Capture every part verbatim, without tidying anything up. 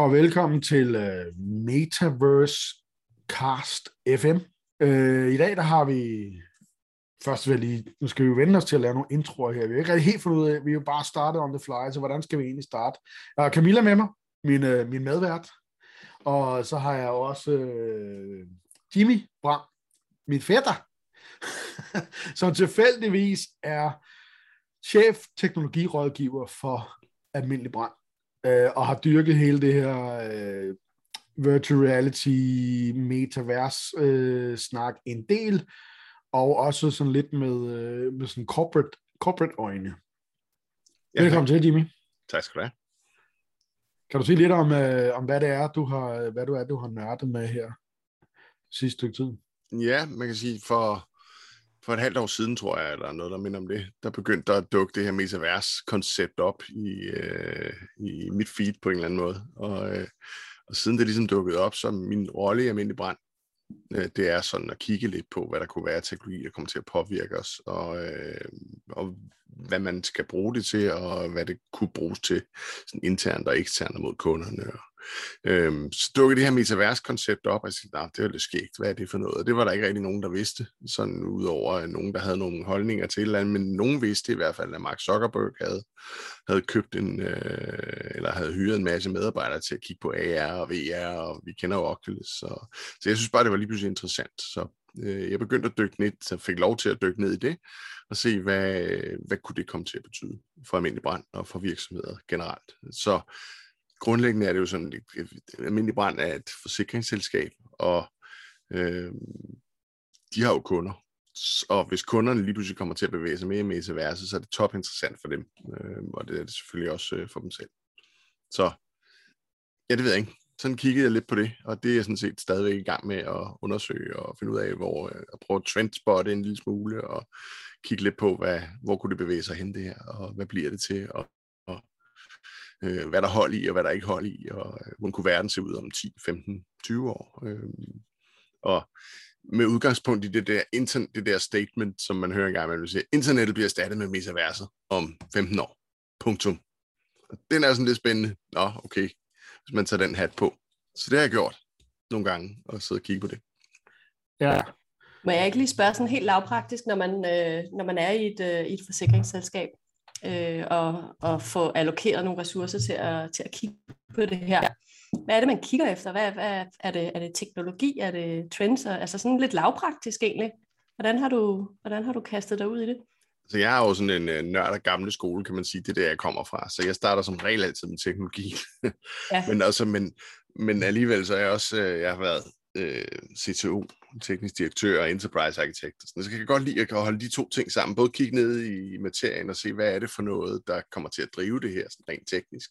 og velkommen til uh, Metaverse Cast F M. Uh, I dag der har vi, først vil jeg lige, nu skal vi jo vende os til at lave nogle introer her. Vi har ikke rigtig helt fundet ud af, vi er jo bare startet on the fly, så hvordan skal vi egentlig starte? Jeg har Camilla med mig, min, uh, min medvært, og så har jeg også uh, Jimmy Bram, min fætter, som tilfældigvis er chef teknologirådgiver for Almindelig Brand. Øh, og har dyrket hele det her øh, virtual reality, metavers øh, snak en del, og også sådan lidt med, øh, med sådan corporate, corporate øjne. Ja, velkommen til, Jimmy. Tak skal du have. Kan du sige lidt om, øh, om hvad det er, du har, hvad du er, du har nørdet med her sidste stykke tid? Ja, man kan sige, for, for et halvt år siden, tror jeg, der er noget, der minder om det, der begyndte der at dukke det her metavers-koncept op i, øh, i mit feed på en eller anden måde. Og, øh, og siden det ligesom dukkede op, så min rolle i Almindelig Brand, øh, det er sådan at kigge lidt på, hvad der kunne være teknologi, der kommer til at påvirke os, og, øh, og hvad man skal bruge det til, og hvad det kunne bruges til, sådan internt og eksternt mod kunderne. Øhm, så dukkede det her metavers-koncept op, og jeg tænkte, nah, det var lidt skægt, hvad er det for noget? Og det var der ikke rigtig nogen, der vidste, sådan udover nogen, der havde nogle holdninger til et eller andet, men nogen vidste i hvert fald, at Mark Zuckerberg havde, havde købt en, øh, eller havde hyret en masse medarbejdere til at kigge på A R og V R, og vi kender jo Oculus, så, så jeg synes bare, det var lige pludselig interessant, så øh, jeg begyndte at dykke ned, så fik lov til at dykke ned i det, og se, hvad, hvad kunne det komme til at betyde for Almindelig Brand og for virksomheder generelt. Så grundlæggende er det jo sådan, at Almindelig Brand er et forsikringsselskab, og øh, de har jo kunder. Og hvis kunderne lige pludselig kommer til at bevæge sig mere i metaverset, så er det top interessant for dem, øh, og det er det selvfølgelig også øh, for dem selv. Så, ja, det ved jeg ikke. Sådan kiggede jeg lidt på det, og det er jeg sådan set stadigvæk i gang med at undersøge og finde ud af, hvor øh, at prøve at trendspotte en lille smule, og kigge lidt på, hvad, hvor kunne det bevæge sig hen det her, og hvad bliver det til, og, og øh, hvad der hold i, og hvad der ikke hold i, og øh, hvordan kunne verden se ud om ti, femten, tyve år. Øh, og med udgangspunkt i det der, internet, det der statement, som man hører engang, man vil sige, internettet bliver erstattet med metaverset om femten år. Punktum. Og den er sådan lidt spændende. Nå, okay, hvis man tager den hat på. Så det har jeg gjort nogle gange, og sidde og kigge på det. Ja. Må jeg ikke lige spørge sådan helt lavpraktisk, når man, øh, når man er i et, øh, i et forsikringsselskab, øh, og, og få allokeret nogle ressourcer til at, til at kigge på det her. Hvad er det, man kigger efter? Hvad, hvad, er, det, er det teknologi? Er det trends? Altså sådan lidt lavpraktisk egentlig. Hvordan har du, hvordan har du kastet dig ud i det? Så jeg er jo sådan en uh, nørd af gamle skole, kan man sige. Det er der, jeg kommer fra. Så jeg starter som regel altid med teknologi. Ja. men, altså, men, men alligevel så er jeg også, uh, jeg har været uh, C T O, teknisk direktør og enterprise arkitekt. Så jeg kan godt lide at holde de to ting sammen. Både kigge ned i materien og se, hvad er det for noget, der kommer til at drive det her sådan rent teknisk.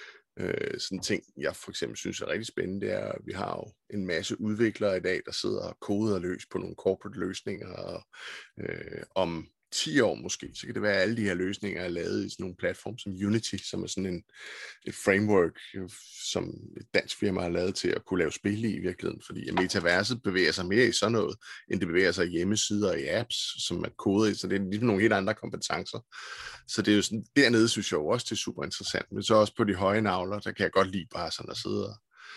Øh, sådan en ting, jeg for eksempel synes er rigtig spændende, det er, at vi har jo en masse udviklere i dag, der sidder og koder løs på nogle corporate løsninger, og øh, om ti år måske, så kan det være, at alle de her løsninger er lavet i sådan nogle platforme som Unity, som er sådan en, et framework, som et dansk firma har lavet til at kunne lave spil i i virkeligheden, fordi metaverset bevæger sig mere i sådan noget, end det bevæger sig i hjemmesider og i apps, som er kodet i, så det er ligesom nogle helt andre kompetencer. Så det er jo sådan, dernede synes jeg jo også, det er super interessant, men så også på de høje navler, der kan jeg godt lide bare sådan at sidde og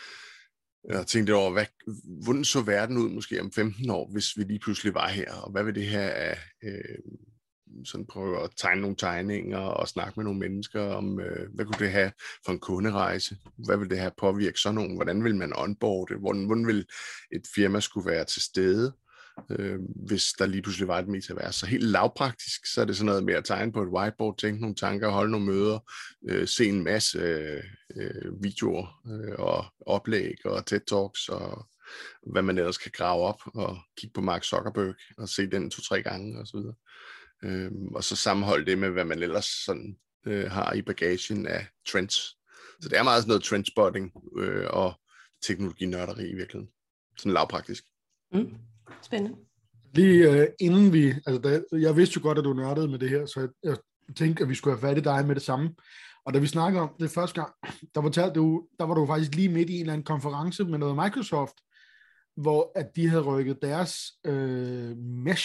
Jeg har tænkt over, hvad, hvordan så verden ud måske om femten år, hvis vi lige pludselig var her, og hvad vil det her af, øh, sådan prøve at tegne nogle tegninger og snakke med nogle mennesker om, øh, hvad kunne det have for en kunderejse, hvad vil det have påvirke sådan nogen, hvordan vil man onboarde, hvordan, hvordan vil et firma skulle være til stede, øh, hvis der lige pludselig var et metavers. Så helt lavpraktisk, så er det sådan noget med at tegne på et whiteboard, tænke nogle tanker, holde nogle møder, øh, se en masse øh, øh, videoer øh, og oplæg og TED Talks og hvad man ellers kan grave op og kigge på Mark Zuckerberg og se den to-tre gange og så videre. Øh, og så sammenholde det med, hvad man ellers sådan øh, har i bagagen af trends. Så det er meget sådan noget trendspotting øh, og teknologinørderi i virkeligheden. Sådan lavpraktisk. Mm. Spændende. Lige uh, inden vi, altså da, jeg vidste jo godt, at du nørdede med det her, så jeg, jeg tænkte, at vi skulle have fat i dig med det samme. Og da vi snakkede om det første gang, der, fortalte du, der var du faktisk lige midt i en eller anden konference med noget Microsoft, hvor at de havde rykket deres øh, mesh,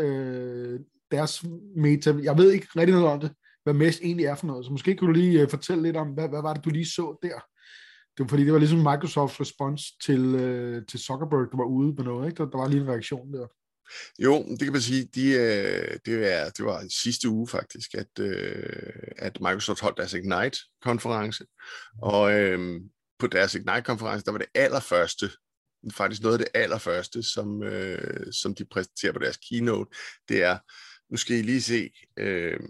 øh, deres meta, jeg ved ikke rigtig noget om det, hvad mesh egentlig er for noget, så måske kunne du lige uh, fortælle lidt om, hvad, hvad var det, du lige så der, Det var fordi, det var ligesom Microsofts respons til, øh, til Zuckerberg, der var ude med noget, ikke? Der, der var lige en reaktion der. Jo, det kan man sige, de, øh, det, er, det var sidste uge faktisk, at, øh, at Microsoft holdt deres Ignite-konference, og øh, på deres Ignite-konference, der var det allerførste, faktisk noget af det allerførste, som, øh, som de præsenterer på deres keynote, det er, nu skal I lige se, øh,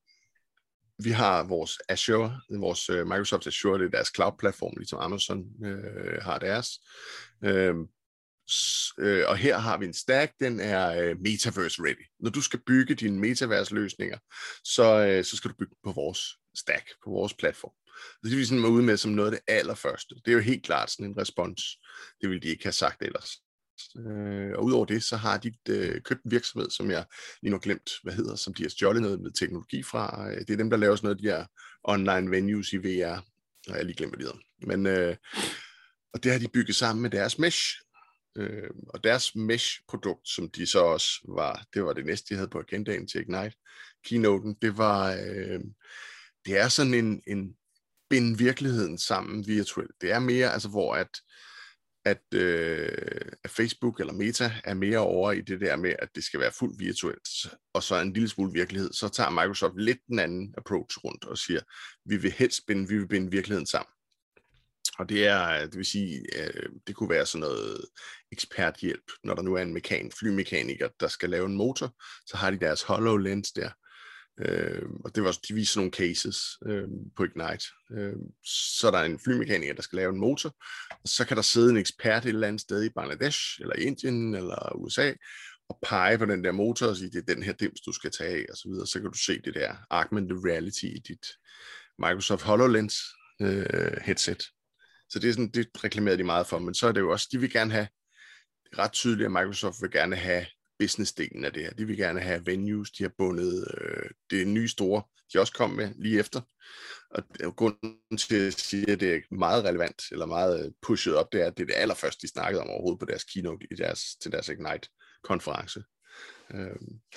vi har vores Azure, vores øh, Microsoft Azure, det er deres cloud-platform, ligesom Amazon øh, har deres, øh, Øh, og her har vi en stack, den er øh, metaverse ready. Når du skal bygge dine metaverse løsninger, så, øh, så skal du bygge på vores stack, på vores platform. Det er vi sådan ude med som noget af det allerførste. Det er jo helt klart sådan en respons. Det ville de ikke have sagt ellers. Øh, og udover det, så har de øh, købt en virksomhed, som jeg lige nu har glemt, hvad hedder, som de har stjålet noget med teknologi fra. Det er dem, der laver sådan noget af de her online venues i V R. Og jeg lige glemt, hvad det hedder. Men, øh, og det har de bygget sammen med deres mesh. Øh, og deres mesh-produkt, som de så også var, det var det næste, de havde på agendaen til Ignite, keynoten, det var, øh, det er sådan en, en bind virkeligheden sammen virtuelt. Det er mere, altså hvor at, at, øh, at Facebook eller Meta er mere over i det der med, at det skal være fuldt virtuelt, og så en lille smule virkelighed, så tager Microsoft lidt den anden approach rundt og siger, vi vil helst binde, vi vil binde virkeligheden sammen. Og det er, det vil sige, det kunne være sådan noget eksperthjælp, når der nu er en mekan, flymekaniker, der skal lave en motor, så har de deres HoloLens der. Øh, og det var, de viser nogle cases øh, på Ignite. Øh, så er der en flymekaniker, der skal lave en motor, og så kan der sidde en ekspert et eller andet sted i Bangladesh, eller Indien, eller U S A, og pege på den der motor og sige, det er den her dims, du skal tage af, og så videre. Så kan du se det der augmented reality i dit Microsoft HoloLens øh, headset. Så det er sådan, det reklamerer de meget for, men så er det jo også, de vil gerne have, det er ret tydeligt, at Microsoft vil gerne have business-delen af det her. De vil gerne have venues, de har bundet, øh, det er nye store, de også kom med lige efter. Og grunden til at sige, at det er meget relevant, eller meget pushet op, det er, at det er det allerførste, de snakkede om overhovedet på deres keynote i deres, til deres Ignite-konference. Øh,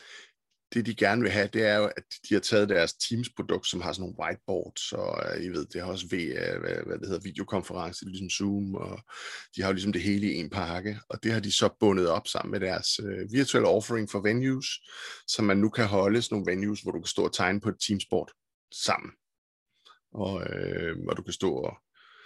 Det de gerne vil have, det er jo, at de har taget deres Teams-produkt, som har sådan nogle whiteboards, og I ved, det har også ved, hvad, hvad det hedder, videokonference, ligesom Zoom, og de har jo ligesom det hele i en pakke, og det har de så bundet op sammen med deres øh, virtuelle offering for venues, så man nu kan holde sådan nogle venues, hvor du kan stå og tegne på et Teams-board sammen, og, øh, og du kan stå og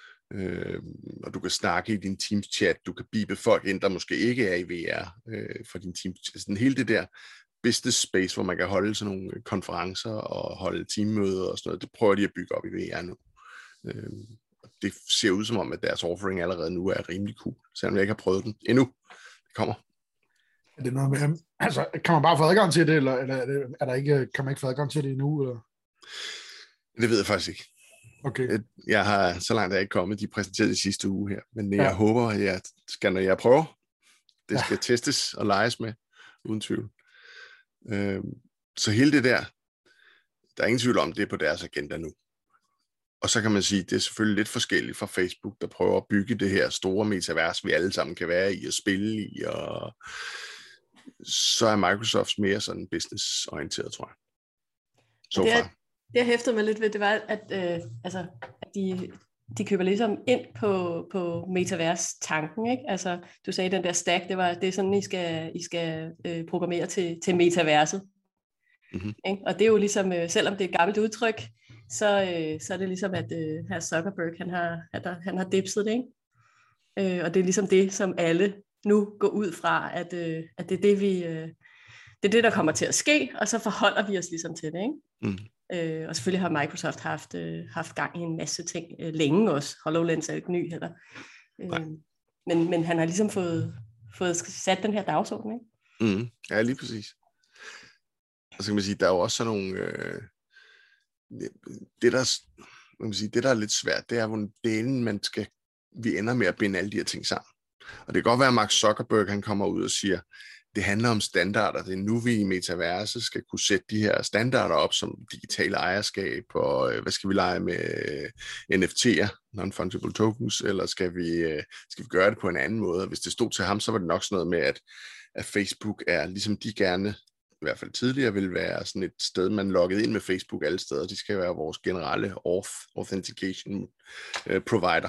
Øh, og du kan snakke i din Teams-chat, du kan bibe folk ind, der måske ikke er i V R øh, for din Teams. Sådan hele det der business space, hvor man kan holde sådan nogle konferencer og holde teammøder og sådan noget, det prøver de at bygge op i V R nu. Øh, det ser ud som om, at deres offering allerede nu er rimelig cool, selvom jeg ikke har prøvet den endnu. Det kommer. Er det noget med, altså, kan man bare få adgang til det, eller, eller er, det, er der ikke, kan man ikke få adgang til det endnu? Eller? Det ved jeg faktisk ikke. Okay. Jeg har, så langt er jeg ikke kommet, de præsenterede det sidste uge her, men ja. Jeg håber, at jeg skal, når jeg prøver, det skal ja. testes og leges med, uden tvivl. Øh, så hele det der, der er ingen tvivl om, det er på deres agenda nu. Og så kan man sige, det er selvfølgelig lidt forskelligt fra Facebook, der prøver at bygge det her store metavers, vi alle sammen kan være i og spille i, og så er Microsoft mere sådan business-orienteret, tror jeg. Så det, er, det jeg hæftede mig lidt ved, det var, at, øh, altså, at de, de køber ligesom ind på, på metavers-tanken, ikke? Altså, du sagde, den der stack, det, var, det er sådan, I skal, I skal øh, programmere til, til metaverset. Mm-hmm. Ikke? Og det er jo ligesom, øh, selvom det er et gammelt udtryk, så, øh, så er det ligesom, at øh, her Zuckerberg, han har, at der, han har dipset det, ikke? Øh, og det er ligesom det, som alle nu går ud fra, at, øh, at det er det, vi, øh, det er det, der kommer til at ske, og så forholder vi os ligesom til det, ikke? Mm. Øh, og selvfølgelig har Microsoft haft, øh, haft gang i en masse ting øh, længe også. HoloLens er ikke ny heller. Øh, men, men han har ligesom fået, fået sat den her dagsorden, ikke? Mm. Ja, lige præcis. Og så kan man sige, der er jo også sådan nogle... Øh, det, der, man kan sige, det, der er lidt svært, det er, hvordan delen man skal... Vi ender med at binde alle de her ting sammen. Og det kan godt være, at Mark Zuckerberg han kommer ud og siger, det handler om standarder. Det er nu, vi i metaverset skal kunne sætte de her standarder op, som digitale ejerskab, og øh, hvad skal vi lege med øh, N F T'er, non-fungible tokens, eller skal vi, øh, skal vi gøre det på en anden måde? Hvis det stod til ham, så var det nok sådan noget med, at, at Facebook er, ligesom de gerne, i hvert fald tidligere, vil være sådan et sted, man logget ind med Facebook alle steder. De skal være vores generelle auth, authentication øh, provider.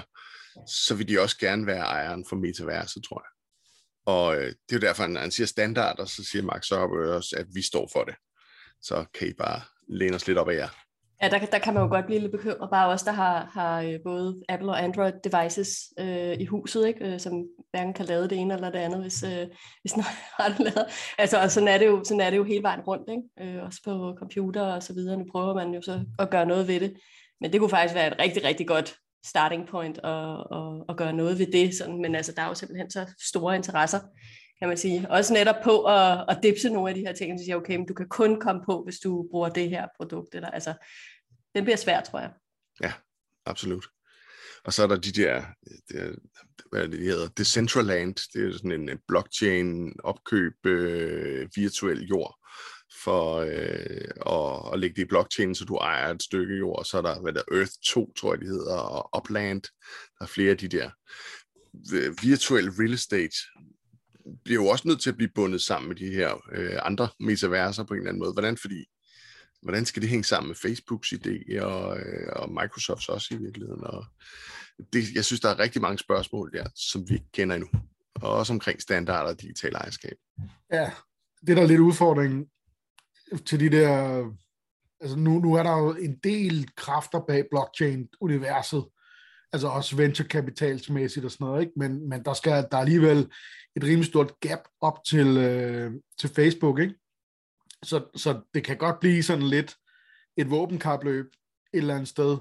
så vil de også gerne være ejeren for metaverset, tror jeg. Og øh, det er jo derfor, når han siger standarder, så siger Mark Zuckerberg også, at vi står for det. Så kan I bare læne os lidt op af jer. Ja, der, der kan man jo godt blive lidt bekymret. Bare også, der har, har både Apple og Android devices øh, i huset, ikke? Øh, som hverken kan lave det ene eller det andet, hvis, øh, hvis den har det lavet. Altså, og sådan er det jo, sådan er det jo hele vejen rundt, ikke? Øh, også på computer og så videre. Nu prøver man jo så at gøre noget ved det. Men det kunne faktisk være et rigtig, rigtig godt starting point at, at, at gøre noget ved det. Sådan. Men altså, der er jo simpelthen så store interesser, kan man sige. Også netop på at, at dipse nogle af de her ting, så siger okay, men du kan kun komme på, hvis du bruger det her produkt. Eller, altså, det bliver svært, tror jeg. Ja, absolut. Og så er der de der, der hvad er det, de hedder, Decentraland, det er sådan en blockchain opkøb øh, virtuel jord, for øh, at, at lægge det i blockchain, så du ejer et stykke jord. Så er der, hvad der Earth to, tror jeg, de hedder, og Upland. Der er flere af de der. Virtuel real estate bliver jo også nødt til at blive bundet sammen med de her øh, andre metaverser på en eller anden måde. Hvordan? Fordi, hvordan skal det hænge sammen med Facebooks idé og, øh, og Microsofts også i virkeligheden? Og det, jeg synes, der er rigtig mange spørgsmål der, som vi ikke kender endnu. Og også omkring standarder og digital ejerskab. Ja, det der er lidt udfordringen til de der... Altså nu, nu er der jo en del kræfter bag blockchain-universet, altså også venturekapitalsmæssigt og sådan noget, ikke? Men, men der skal der er alligevel et rimelig stort gap op til, øh, til Facebook, ikke? Så, så det kan godt blive sådan lidt et våbenkapløb et eller andet sted,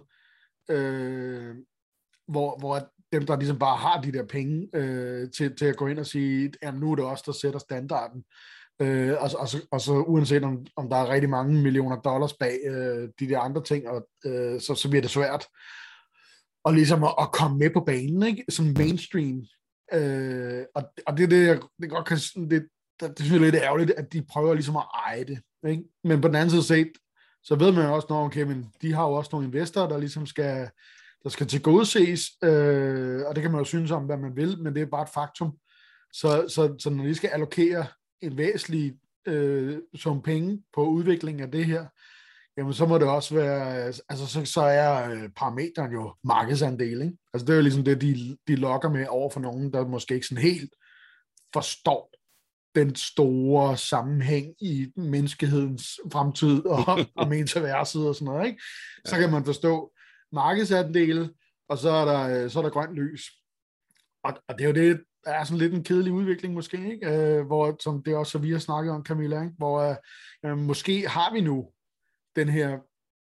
øh, hvor, hvor dem, der ligesom bare har de der penge øh, til, til at gå ind og sige, at nu er det os, der sætter standarden. Øh, og, og, så, og så uanset om, om der er rigtig mange millioner dollars bag øh, de der andre ting, og, øh, så, så bliver det svært og ligesom at, at komme med på banen, ikke? Som mainstream. Øh, og, og det er det, jeg det godt kan... Det, det, det er selvfølgelig lidt ærgerligt, at de prøver ligesom at eje det. Ikke? Men på den anden side set, så ved man jo også, når okay, men de har jo også nogle investorer, der ligesom skal, der skal tilgodeses, øh, og det kan man jo synes om, hvad man vil, men det er bare et faktum. Så, så, så når de skal allokere en væsentlig øh, som penge på udviklingen af det her, jamen så må det også være, altså så, så er parameteren jo markedsandel, ikke? Altså det er jo ligesom det, de, de lokker med over for nogen, der måske ikke sådan helt forstår den store sammenhæng i menneskehedens fremtid og, og metaverset og sådan noget, ikke? Så kan man forstå markedsandele, og så er der, så er der grønt lys. Og, og det er jo det, der er sådan lidt en kedelig udvikling måske, ikke? Øh, hvor, som det også, så vi har snakket om, Camilla, ikke? Hvor øh, måske har vi nu den her,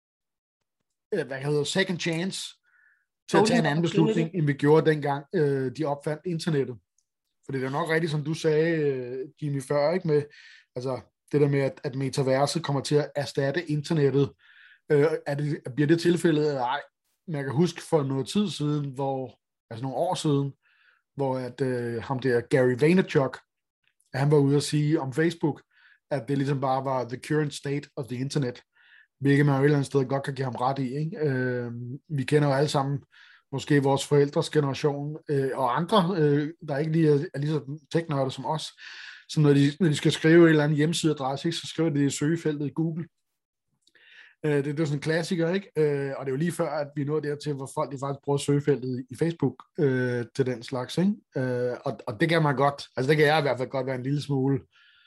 øh, hvad hedder second chance til at tage en anden beslutning, end vi gjorde dengang, øh, de opfandt internettet. For det er nok rigtigt, som du sagde, Jimmy, før, ikke? Med, altså, det der med, at, at metaverset kommer til at erstatte internettet. Øh, er det, bliver det tilfældet? Nej, men jeg kan huske for noget tid siden, hvor, altså nogle år siden, hvor at, øh, ham der Gary Vaynerchuk, han var ude at sige om Facebook, at det ligesom bare var the current state of the internet, hvilket man jo et eller andet sted godt kan give ham ret i, ikke? Øh, vi kender jo alle sammen måske vores forældres generation, øh, og andre, øh, der ikke lige er, er lige så teknørder som os, så når de, når de skal skrive en eller anden hjemmesideadresse, ikke, så skriver de det i søgefeltet i Google. Øh, det, det er sådan en klassiker, ikke? Øh, og det er jo lige før, at vi når dertil, hvor folk de faktisk bruger søgefeltet i Facebook øh, til den slags, ikke? Øh, og, og det kan man godt, altså det kan jeg i hvert fald godt være en lille smule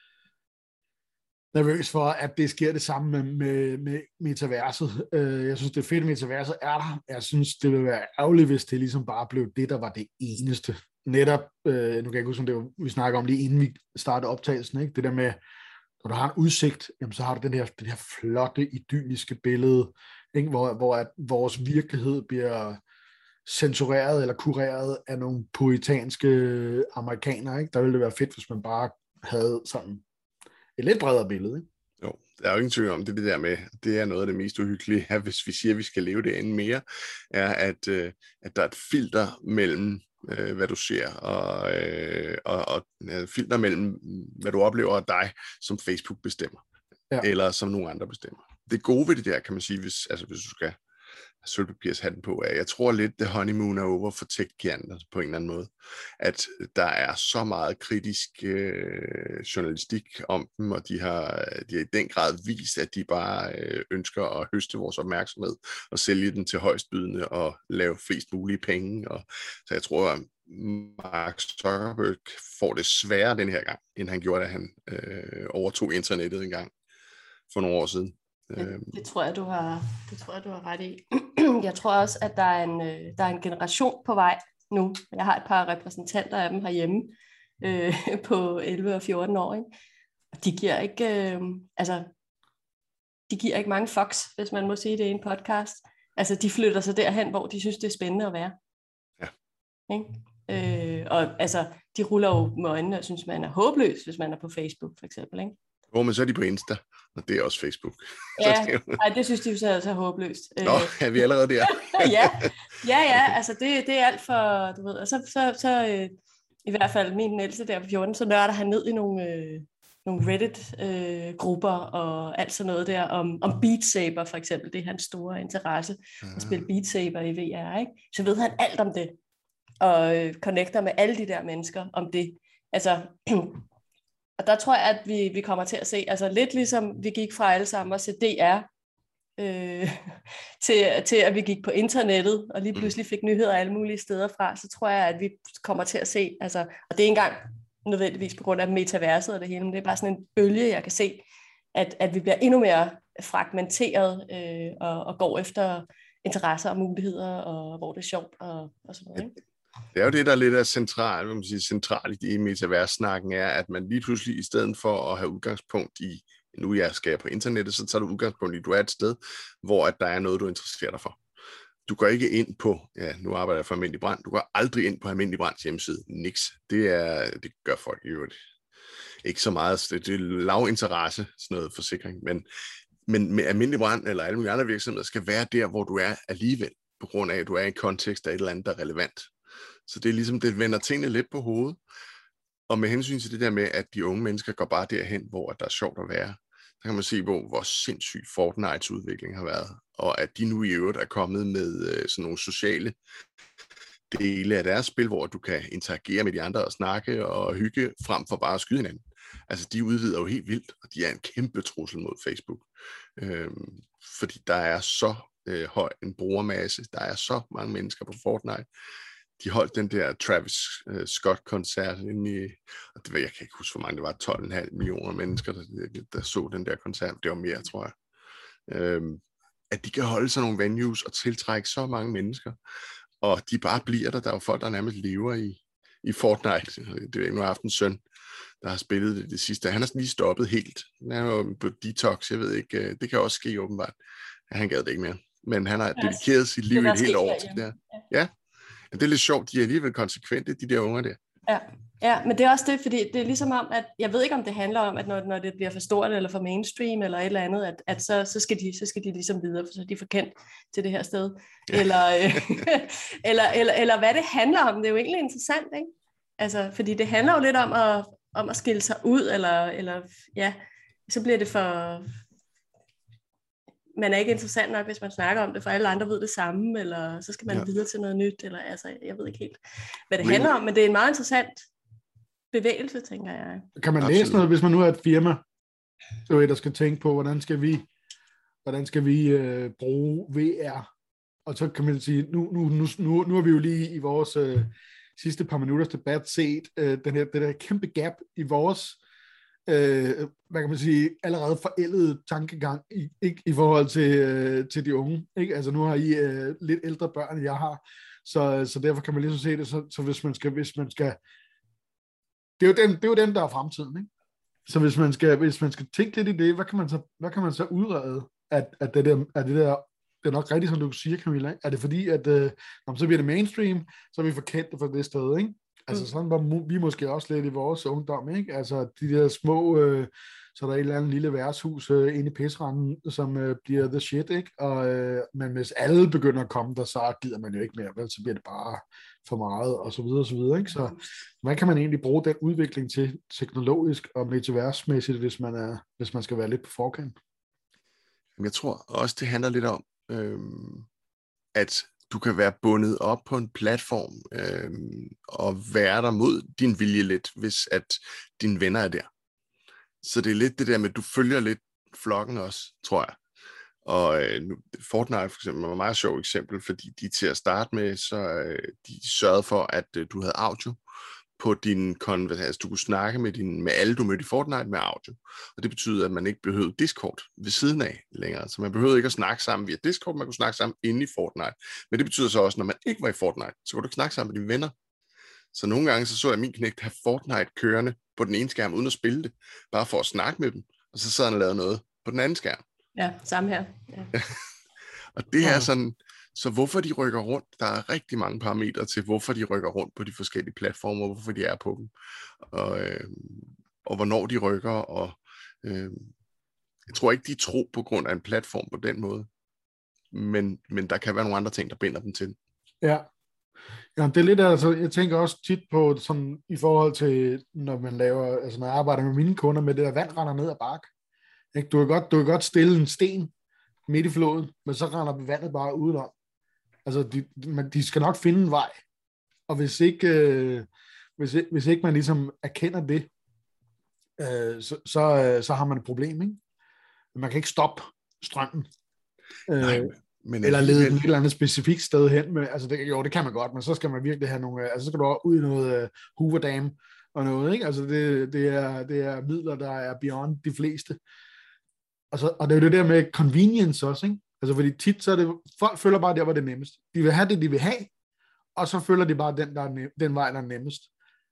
nervøs for, at det sker det samme med, med, med metaverset. Uh, jeg synes, det er fedt, at metaverset er der. Jeg synes, det ville være ærgerligt, hvis det ligesom bare blev det, der var det eneste. Netop, uh, nu kan jeg ikke huske, om det var, vi snakker om lige inden vi startede optagelsen, ikke? Det der med, når du har en udsigt, jamen, så har du den her, den her flotte, idylliske billede, ikke? Hvor, hvor at vores virkelighed bliver censureret eller kureret af nogle puritanske amerikanere. Ikke? Der ville det være fedt, hvis man bare havde sådan et lidt bredere billede, ikke? Jo, der er jo ingen tvivl om det, det der med, det er noget af det mest uhyggelige her, hvis vi siger, at vi skal leve det endnu mere, er, at, øh, at der er et filter mellem, øh, hvad du ser, og, øh, og, og øh, filter mellem, hvad du oplever af dig, som Facebook bestemmer, ja. Eller som nogle andre bestemmer. Det gode ved det der, kan man sige, hvis, altså, hvis du skal sølvpapirshatten på af. Jeg tror lidt, det honeymoon er over for tech-giganter på en eller anden måde. At der er så meget kritisk øh, journalistik om dem, og de har, de har i den grad vist, at de bare øh, ønsker at høste vores opmærksomhed og sælge den til højstbydende og lave flest mulige penge. Og, så jeg tror, at Mark Zuckerberg får det sværere den her gang, end han gjorde, da han øh, overtog internettet en gang for nogle år siden. Ja, det tror jeg, du har, det tror jeg, du har ret i. Jeg tror også, at der er en, der er en generation på vej nu. Jeg har et par repræsentanter af dem herhjemme øh, på elleve og fjorten år. Ikke? Og de giver ikke, øh, altså, de giver ikke mange fucks, hvis man må sige det i en podcast. Altså, de flytter sig derhen, hvor de synes, det er spændende at være. Ja. Ikke? Øh, og altså, de ruller jo med øjnene og synes, man er håbløs, hvis man er på Facebook, for eksempel. Ikke? Hvor men så er de på Insta, og det er også Facebook. Ja, det, jo... ej, det synes de jo så er så håbløst. Nå, er vi allerede der? ja, ja, ja, altså det, det er alt for, du ved, og så, så, så øh, i hvert fald min ældste der på fjorten, så nørder han ned i nogle, øh, nogle Reddit-grupper øh, og alt sådan noget der, om, om Beat Saber for eksempel, det er hans store interesse, uh-huh. at spille Beat Saber i V R, ikke? Så ved han alt om det, og øh, connecter med alle de der mennesker om det, altså... Og der tror jeg, at vi, vi kommer til at se, altså lidt ligesom vi gik fra alle sammen at se D R, øh, til, til at vi gik på internettet, og lige pludselig fik nyheder alle mulige steder fra, så tror jeg, at vi kommer til at se, altså, og det er ikke engang nødvendigvis på grund af metaverset og det hele, men det er bare sådan en bølge, jeg kan se, at, at vi bliver endnu mere fragmenteret øh, og, og går efter interesser og muligheder, og hvor det er sjovt og, og sådan noget, ikke? Det er jo det, der er lidt af centralt, hvad man siger, centralt i metaverssnakken, er, at man lige pludselig, i stedet for at have udgangspunkt i, nu jeg skal på internettet, så tager du udgangspunkt i, at du er et sted, hvor at der er noget, du interesserer dig for. Du går ikke ind på, ja, nu arbejder jeg for Almindelig Brand, du går aldrig ind på Almindelig Brands hjemmeside. Niks. Det, er, det gør folk jo ikke så meget. Det, det er lav interesse, sådan noget forsikring, men, men med Almindelig Brand eller alle mulige andre virksomheder skal være der, hvor du er alligevel, på grund af, at du er i en kontekst af et eller andet, der er relevant. Så det er ligesom, det vender tingene lidt på hovedet. Og med hensyn til det der med, at de unge mennesker går bare derhen, hvor der er sjovt at være, så kan man se, hvor, hvor sindssyg Fortnites udvikling har været. Og at de nu i øvrigt er kommet med øh, sådan nogle sociale dele af deres spil, hvor du kan interagere med de andre og snakke og hygge, frem for bare at skyde hinanden. Altså, de udvider jo helt vildt, og de er en kæmpe trussel mod Facebook. Øhm, fordi der er så øh, høj en brugermasse, der er så mange mennesker på Fortnite. De holdt den der Travis uh, Scott-koncert inde i, og det, jeg kan ikke huske, hvor mange det var, tolv komma fem millioner mennesker, der, der så den der koncert. Det var mere, tror jeg. Øhm, at de kan holde sådan nogle venues og tiltrække så mange mennesker, og de bare bliver der. Der er jo folk, der nærmest lever i, i Fortnite. Det er jo nu haft en søn, der har spillet det, det sidste. Han har lige stoppet helt. Han er jo på detox, jeg ved ikke. Det kan også ske åbenbart. Han gad det ikke mere. Men han har dedikeret sit liv et helt år til det der. Ja. Det er lidt sjovt, de er alligevel konsekvente, de der unger der. Ja. Ja, men det er også det, fordi det er ligesom om, at jeg ved ikke, om det handler om, at når, når det bliver for stort eller for mainstream eller et eller andet, at, at så, så, skal de, så skal de ligesom videre, for så er de for kendt til det her sted. Ja. Eller, øh, eller, eller, eller hvad det handler om, det er jo egentlig interessant, ikke? Altså, fordi det handler jo lidt om at, om at skille sig ud, eller, eller ja, så bliver det for... Man er ikke interessant nok, hvis man snakker om det, for alle andre ved det samme, eller så skal man ja. videre til noget nyt, eller altså, jeg ved ikke helt, hvad det men, handler om, men det er en meget interessant bevægelse, tænker jeg. Kan man læse noget, hvis man nu er et firma, så der skal tænke på, hvordan skal vi, hvordan skal vi øh, bruge V R? Og så kan man sige, nu, nu, nu, nu, nu har vi jo lige i vores øh, sidste par minutters debat set øh, den her, det der kæmpe gap i vores Øh, hvad kan man sige, allerede forældede tankegang i, ikke, i forhold til, øh, til de unge. Ikke? Altså nu har I øh, lidt ældre børn, end jeg har, så, så derfor kan man ligesom se det, så, så hvis man skal, hvis man skal, det er jo den, det er jo den der er fremtiden, ikke? Så hvis man skal, hvis man skal tænke lidt i det, hvad kan man så, hvad kan man så udrede, at, at det der, at det der, det er nok rigtigt, som du siger, Camilla, er det fordi, at øh, når så bliver det mainstream, så er vi forkendte for det sted, ikke? Altså sådan var vi måske også lidt i vores ungdom, ikke? Altså de der små, øh, så der er et eller andet lille værtshus øh, inde i pisseranden, som øh, bliver the shit, ikke? Og, øh, men hvis alle begynder at komme der, så gider man jo ikke mere, vel? Så bliver det bare for meget, og så videre, og så videre, ikke? Så hvad kan man egentlig bruge den udvikling til teknologisk og metaversmæssigt, hvis man, er, hvis man skal være lidt på forkant? Jeg tror også, det handler lidt om, øh, at du kan være bundet op på en platform øh, og være der mod din vilje lidt, hvis at dine venner er der. Så det er lidt det der med, at du følger lidt flokken også, tror jeg. Og øh, nu, Fortnite for eksempel var et meget sjovt eksempel, fordi de til at starte med, så øh, de sørgede for, at øh, du havde audio på din konversation. Altså, du kunne snakke med, din, med alle, du mødte i Fortnite med audio. Og det betyder, at man ikke behøvede Discord ved siden af længere. Så man behøvede ikke at snakke sammen via Discord, man kunne snakke sammen inde i Fortnite. Men det betyder så også, når man ikke var i Fortnite, så kunne du ikke snakke sammen med dine venner. Så nogle gange så, så jeg min knægt have Fortnite kørende på den ene skærm, uden at spille det, bare for at snakke med dem. Og så sad han og lavede noget på den anden skærm. Ja, samme her. Ja. Og det er sådan, så hvorfor de rykker rundt, der er rigtig mange parametre til, hvorfor de rykker rundt på de forskellige platformer, hvorfor de er på dem, og, øh, og hvornår de rykker, og øh, jeg tror ikke, de tror på grund af en platform på den måde, men, men der kan være nogle andre ting, der binder dem til. Ja. Ja, det er lidt, altså, jeg tænker også tit på, sådan, i forhold til, når man laver, altså når jeg arbejder med mine kunder, med det der vand render ned ad bakke. Ikke? Du kan godt, du kan godt stille en sten midt i floden, men så render vandet bare udenom. Altså, de, de, de skal nok finde en vej. Og hvis ikke, øh, hvis, hvis ikke man ligesom erkender det, øh, så, så, øh, så har man et problem, ikke? Man kan ikke stoppe strømmen. Nej, øh, men eller lede den et eller andet specifikt sted hen. Med, altså det, jo, det kan man godt, men så skal man virkelig have nogle, altså så skal du ud i noget uh, Hoover Dam og noget, ikke? Altså det, det, er, det er midler, der er beyond de fleste. Og, så, og det er jo det der med convenience også, ikke? Altså fordi tit så er det, folk følger bare der, hvor det er nemmest. De vil have det, de vil have, og så følger de bare den, der er nem, den vej, der er nemmest.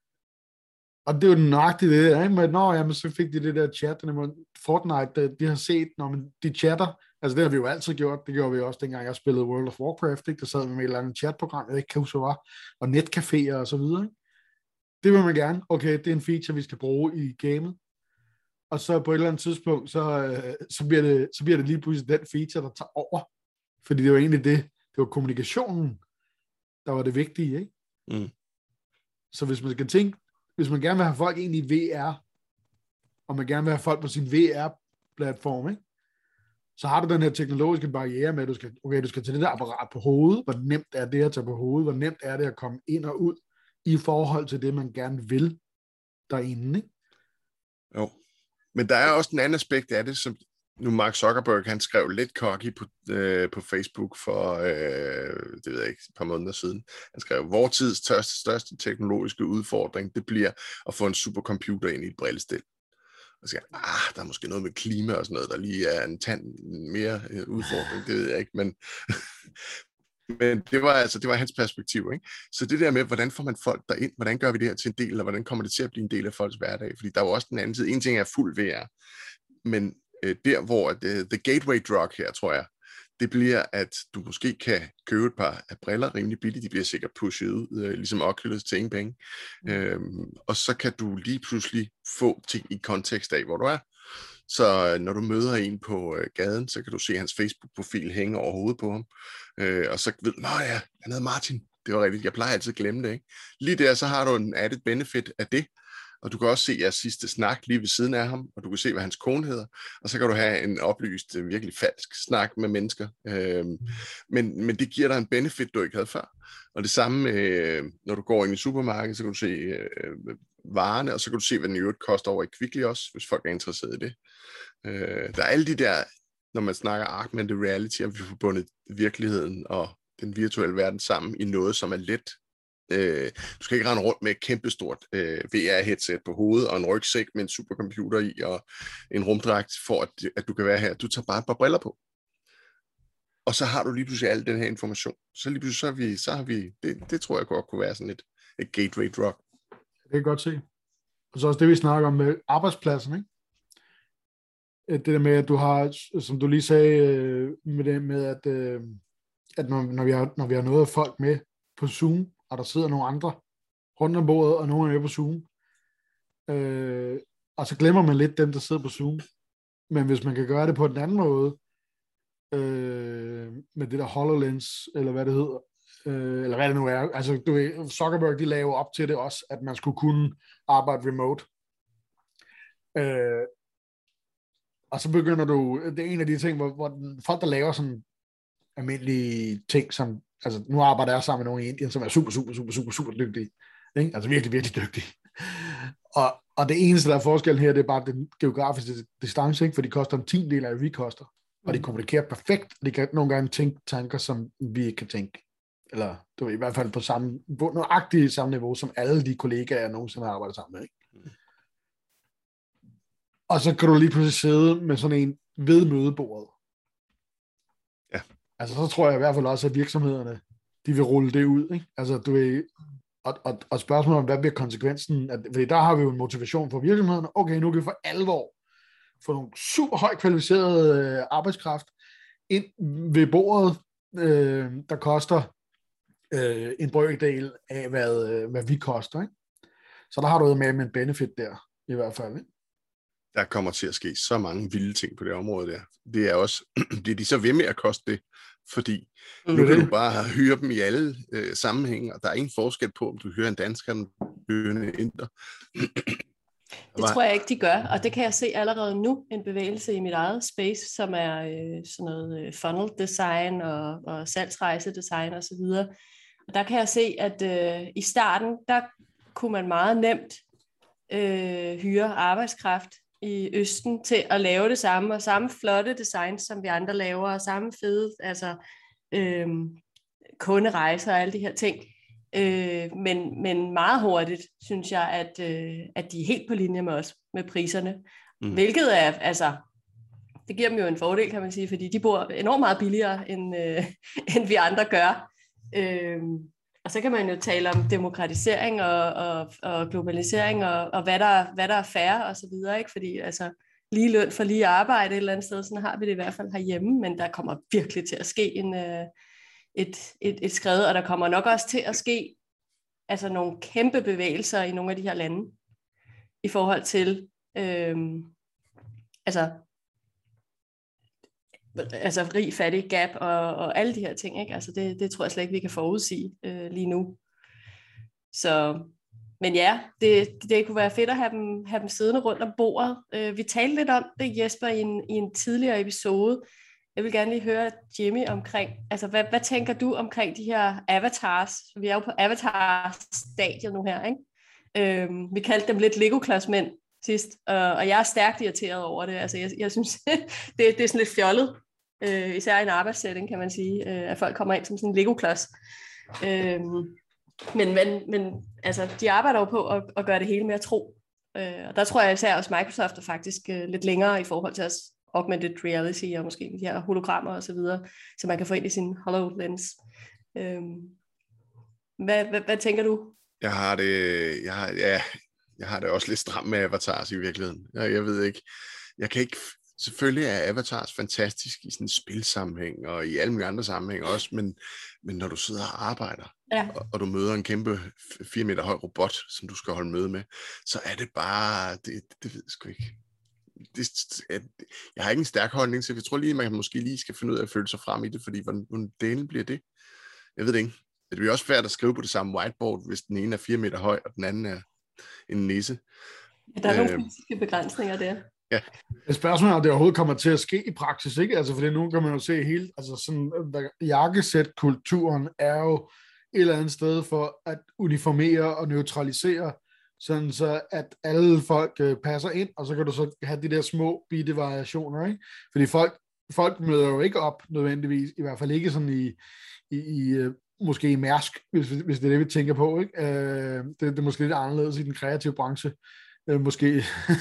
Og det er jo nøjagtigt det der, ikke? Men, nå, jamen, så fik de det der chat, der Fortnite, de har set, når man, de chatter. Altså det har vi jo altid gjort, det gjorde vi også dengang jeg spillede World of Warcraft, ikke? Der sad vi med et eller andet chatprogram, jeg ikke kan huske, hvad var, og netcaféer og så videre, ikke? Det vil man gerne, okay, det er en feature, vi skal bruge i gamet, og så på et eller andet tidspunkt, så, så, bliver, det, så bliver det lige pludselig den feature, der tager over, fordi det var egentlig det, det var kommunikationen, der var det vigtige, ikke? Mm. Så hvis man skal tænke, hvis man gerne vil have folk ind i V R, og man gerne vil have folk på sin V R-platform, ikke? Så har du den her teknologiske barriere med, at du skal, okay, du skal tage det der apparat på hovedet. Hvor nemt er det at tage på hovedet? Hvor nemt er det at komme ind og ud i forhold til det, man gerne vil derinde, ikke? Jo, men der er også en anden aspekt af det, som nu Mark Zuckerberg, han skrev lidt cocky på, øh, på Facebook for, øh, det ved jeg ikke, et par måneder siden. Han skrev, vores tids største, største teknologiske udfordring, det bliver at få en supercomputer ind i et brillestil. Og så siger han, ah, der er måske noget med klima og sådan noget, der lige er en tand mere øh, udfordring, det ved jeg ikke, men, men det var altså, det var hans perspektiv, ikke? Så det der med, hvordan får man folk derind, hvordan gør vi det her til en del, eller hvordan kommer det til at blive en del af folks hverdag, fordi der er jo også den anden side, en ting er fuld V R, men øh, der hvor, the, the gateway drug her, tror jeg, det bliver, at du måske kan købe et par af briller rimelig billigt, de bliver sikkert pushet ud, øh, ligesom Oculus til ingen penge, mm. øhm, og så kan du lige pludselig få ting i kontekst af, hvor du er. Så øh, når du møder en på øh, gaden, så kan du se hans Facebook-profil hænge over hovedet på ham, øh, og så ved du, nå ja, han hedder Martin, det var rigtigt, jeg plejer altid at glemme det, ikke? Lige der, så har du en added benefit af det, og du kan også se jeres sidste snak lige ved siden af ham, og du kan se, hvad hans kone hedder, og så kan du have en oplyst, virkelig falsk snak med mennesker. Øhm, men, men det giver dig en benefit, du ikke havde før. Og det samme, øh, når du går ind i supermarkedet, så kan du se øh, varerne, og så kan du se, hvad den i øvrigt koster over i Kvickly også, hvis folk er interesseret i det. Øh, der er alle de der, når man snakker augmented reality, at vi får bundet virkeligheden og den virtuelle verden sammen i noget, som er let. Øh, du skal ikke rende rundt med et kæmpestort øh, V R-headset på hovedet og en rygsæk med en supercomputer i og en rumdragt for, at, at du kan være her. Du tager bare et par briller på. Og så har du lige pludselig al den her information. Så lige pludselig så har vi, så har vi det, det tror jeg godt kunne være sådan et, et gateway drug. Det kan jeg godt se. Og så også det, vi snakker om med arbejdspladsen, ikke? Det der med, at du har, som du lige sagde, med det med, at, at når, når, vi har, når vi har noget af folk med på Zoom, og der sidder nogle andre rundt om bordet, og nogen er med på Zoom. Øh, og så glemmer man lidt dem, der sidder på Zoom. Men hvis man kan gøre det på den anden måde, øh, med det der HoloLens, eller hvad det hedder, øh, eller hvad det nu er, altså du ved, Zuckerberg, de laver op til det også, at man skulle kunne arbejde remote. Øh, og så begynder du, det er en af de ting, hvor, hvor folk, der laver sådan, almindelige ting, som, altså nu arbejder jeg sammen med nogle i Indien, som er super, super, super, super, super dygtige. Ikke? Altså virkelig, virkelig dygtige. Og, og det eneste, der er forskellen her, det er bare den geografiske distance, ikke? For de koster en tiendedel af, hvad vi koster. Og de kommunikerer perfekt, og de kan nogle gange tænke tanker, som vi ikke kan tænke. Eller du ved, i hvert fald på samme, på nøjagtigt samme niveau, som alle de kollegaer, jeg nogensinde har arbejdet sammen med. Ikke? Og så kan du lige pludselig sidde med sådan en ved mødebordet. Ja. Altså så tror jeg i hvert fald også, at virksomhederne, de vil rulle det ud. Ikke? Altså du ved, og, og, og spørgsmålet om, hvad bliver konsekvensen? At, fordi der har vi jo en motivation for virksomhederne. Okay, nu kan vi for alvor få nogle super højt kvalificeret øh, arbejdskraft ind ved bordet, øh, der koster øh, en brøkdel af, hvad, øh, hvad vi koster. Ikke? Så der har du med med en benefit der, i hvert fald. Ikke? Der kommer til at ske så mange vilde ting på det område der. Det er også, det er de så ved med at koste det, fordi mm. nu kan du bare hyre dem i alle øh, sammenhænge, og der er ingen forskel på, om du hyrer en dansker eller hyrer en inder. Det tror jeg ikke, de gør, og det kan jeg se allerede nu, en bevægelse i mit eget space, som er øh, sådan noget øh, funnel design og, og salgsrejsedesign og så videre. Og der kan jeg se, at øh, i starten, der kunne man meget nemt øh, hyre arbejdskraft i Østen til at lave det samme, og samme flotte design, som vi andre laver, og samme fede, altså øh, kunderejser og alle de her ting. Øh, men, men meget hurtigt, synes jeg, at, øh, at de er helt på linje med os, med priserne. Mm. Hvilket er, altså, det giver dem jo en fordel, kan man sige, fordi de bor enormt meget billigere, end, øh, end vi andre gør. Øh, og så kan man jo tale om demokratisering og, og, og globalisering, og, og hvad, der, hvad der er fair og så videre, ikke? Fordi altså, lige løn for lige arbejde et eller andet sted, sådan har vi det i hvert fald herhjemme, men der kommer virkelig til at ske en... Øh, Et, et, et skred, og der kommer nok også til at ske altså nogle kæmpe bevægelser i nogle af de her lande i forhold til øhm, altså, altså rig, fattig, gap og, og alle de her ting. Ikke? Altså det, det tror jeg slet ikke, vi kan forudsige øh, lige nu. Så, men ja, det, det kunne være fedt at have dem, have dem siddende rundt om bordet. Øh, vi talte lidt om det, Jesper, i en, i en tidligere episode. Jeg vil gerne lige høre Jimmy omkring, altså hvad, hvad tænker du omkring de her avatars? Vi er jo på avatar-stadiet nu her, ikke? Øhm, vi kaldte dem lidt Lego-klodsmænd sidst, og, og jeg er stærkt irriteret over det. Altså jeg, jeg synes, det, det er sådan lidt fjollet, øh, især i en arbejdssætning, kan man sige, øh, at folk kommer ind som sådan en Lego-klods. Øhm, men, men, men altså, de arbejder jo på at, at gøre det hele mere tro. Øh, og der tror jeg især også Microsoft er faktisk øh, lidt længere i forhold til os. Augmented reality og måske de her hologrammer og så videre, så man kan få ind i sin HoloLens. Øhm, hvad, hvad, hvad tænker du? Jeg har det, jeg har, ja, jeg har det også lidt stramt med avatars i virkeligheden. Jeg, jeg ved ikke, jeg kan ikke, selvfølgelig er avatars fantastisk i sådan en spilsammenhæng og i alle mulige andre sammenhæng også, men, men når du sidder og arbejder, ja. og, og du møder en kæmpe fire meter høj robot, som du skal holde møde med, så er det bare, det, det ved jeg sgu ikke. Det, jeg har ikke en stærk holdning til, jeg tror lige, man måske lige skal finde ud af at føle sig frem i det, fordi hvordan, hvordan delen bliver det? Jeg ved det ikke. Det bliver også svært at skrive på det samme whiteboard, hvis den ene er fire meter høj, og den anden er en nisse. Ja, der er nogle øh, fysiske begrænsninger der. Ja. Et spørgsmål er, om det overhovedet kommer til at ske i praksis, ikke? Altså, fordi nu kan man jo se helt, altså sådan, jakkesæt-kulturen er jo et eller andet sted for at uniformere og neutralisere, sådan så at alle folk øh, passer ind, og så kan du så have de der små bitte variationer, ikke? Fordi folk, folk møder jo ikke op nødvendigvis, i hvert fald ikke sådan i, i, i øh, måske i Mærsk, hvis, hvis det er det, vi tænker på, ikke? Øh, det, det er måske lidt anderledes i den kreative branche, øh, måske.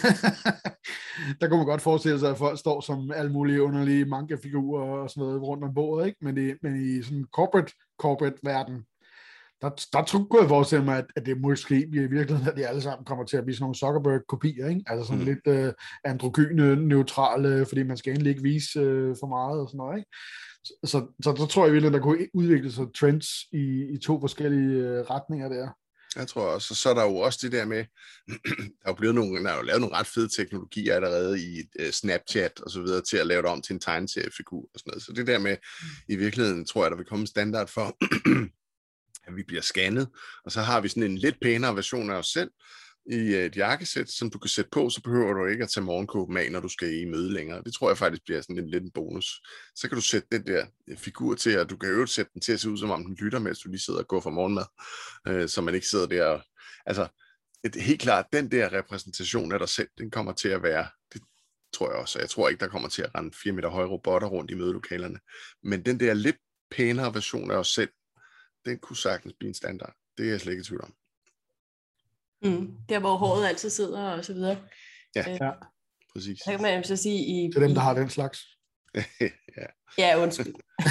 Der kunne man godt forestille sig, at folk står som alle mulige underlige manga-figurer og sådan noget rundt om bordet, ikke? Men i, men i sådan en corporate, corporate verden, Der, der tror jeg forestille mig, at, at det måske i virkeligheden, at de alle sammen kommer til at blive sådan nogle Zuckerberg-kopier, ikke? Altså sådan mm. lidt øh, androgyne, neutrale, fordi man skal endelig ikke vise øh, for meget og sådan noget, ikke? Så, så, så, så tror jeg virkelig, at der kunne udvikle sig trends i, i to forskellige øh, retninger der. Jeg tror også, så er der jo også det der med, der er jo blevet nogle, der er jo lavet nogle ret fede teknologier allerede i uh, Snapchat og så videre, til at lave det om til en tegneseriefigur og sådan noget. Så det der med, i virkeligheden tror jeg, der vil komme en standard for, at vi bliver scannet, og så har vi sådan en lidt pænere version af os selv, i et jakkesæt, som du kan sætte på, så behøver du ikke at tage morgenkåben af, når du skal i møde længere. Det tror jeg faktisk bliver sådan en lidt en bonus. Så kan du sætte den der figur til, og du kan øvrigt sætte den til at se ud, som om den lytter, mens du lige sidder og går for morgenmad, øh, så man ikke sidder der og, altså, et, helt klart, den der repræsentation af dig selv, den kommer til at være, det tror jeg også, jeg tror ikke, der kommer til at rende fire meter høje robotter rundt i mødelokalerne, men den der lidt pænere version af os selv, den kunne sagtens blive en standard. Det er jeg slet ikke i tvivl om. Mm, der hvor håret altid sidder og så videre. Ja, øh, ja. Præcis. Så kan man jo så sige i... Til dem, der har den slags. ja. Ja, undskyld.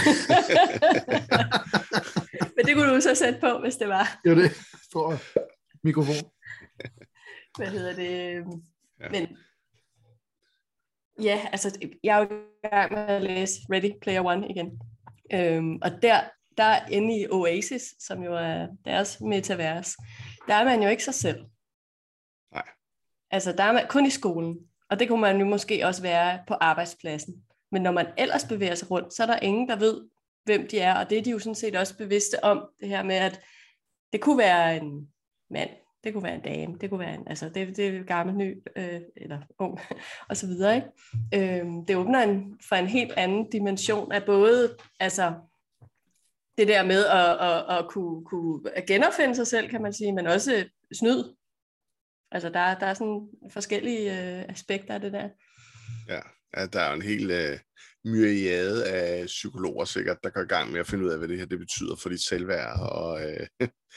Men det kunne du så sætte på, hvis det var. Det er det. Stor mikrofon. Hvad hedder det? Ja. Men ja, altså, jeg er jo i gang med at læse Ready Player One igen. Øhm, og der, der inde i Oasis, som jo er deres metavers, der er man jo ikke sig selv. Nej. Altså, der er man kun i skolen. Og det kunne man jo måske også være på arbejdspladsen. Men når man ellers bevæger sig rundt, så er der ingen, der ved, hvem de er. Og det er de jo sådan set også bevidste om, det her med, at det kunne være en mand, det kunne være en dame, det kunne være en, altså det, det er gammel, ny, øh, eller ung, og så videre, ikke? Øh, det åbner en, for en helt anden dimension af både, altså det der med at, at, at kunne, kunne at genopfinde sig selv, kan man sige, men også snyd. Altså der, der er sådan forskellige øh, aspekter af det der. Ja, ja, der er jo en hel øh, myriade af psykologer sikkert, der går i gang med at finde ud af, hvad det her det betyder for dit selvværd, og, øh,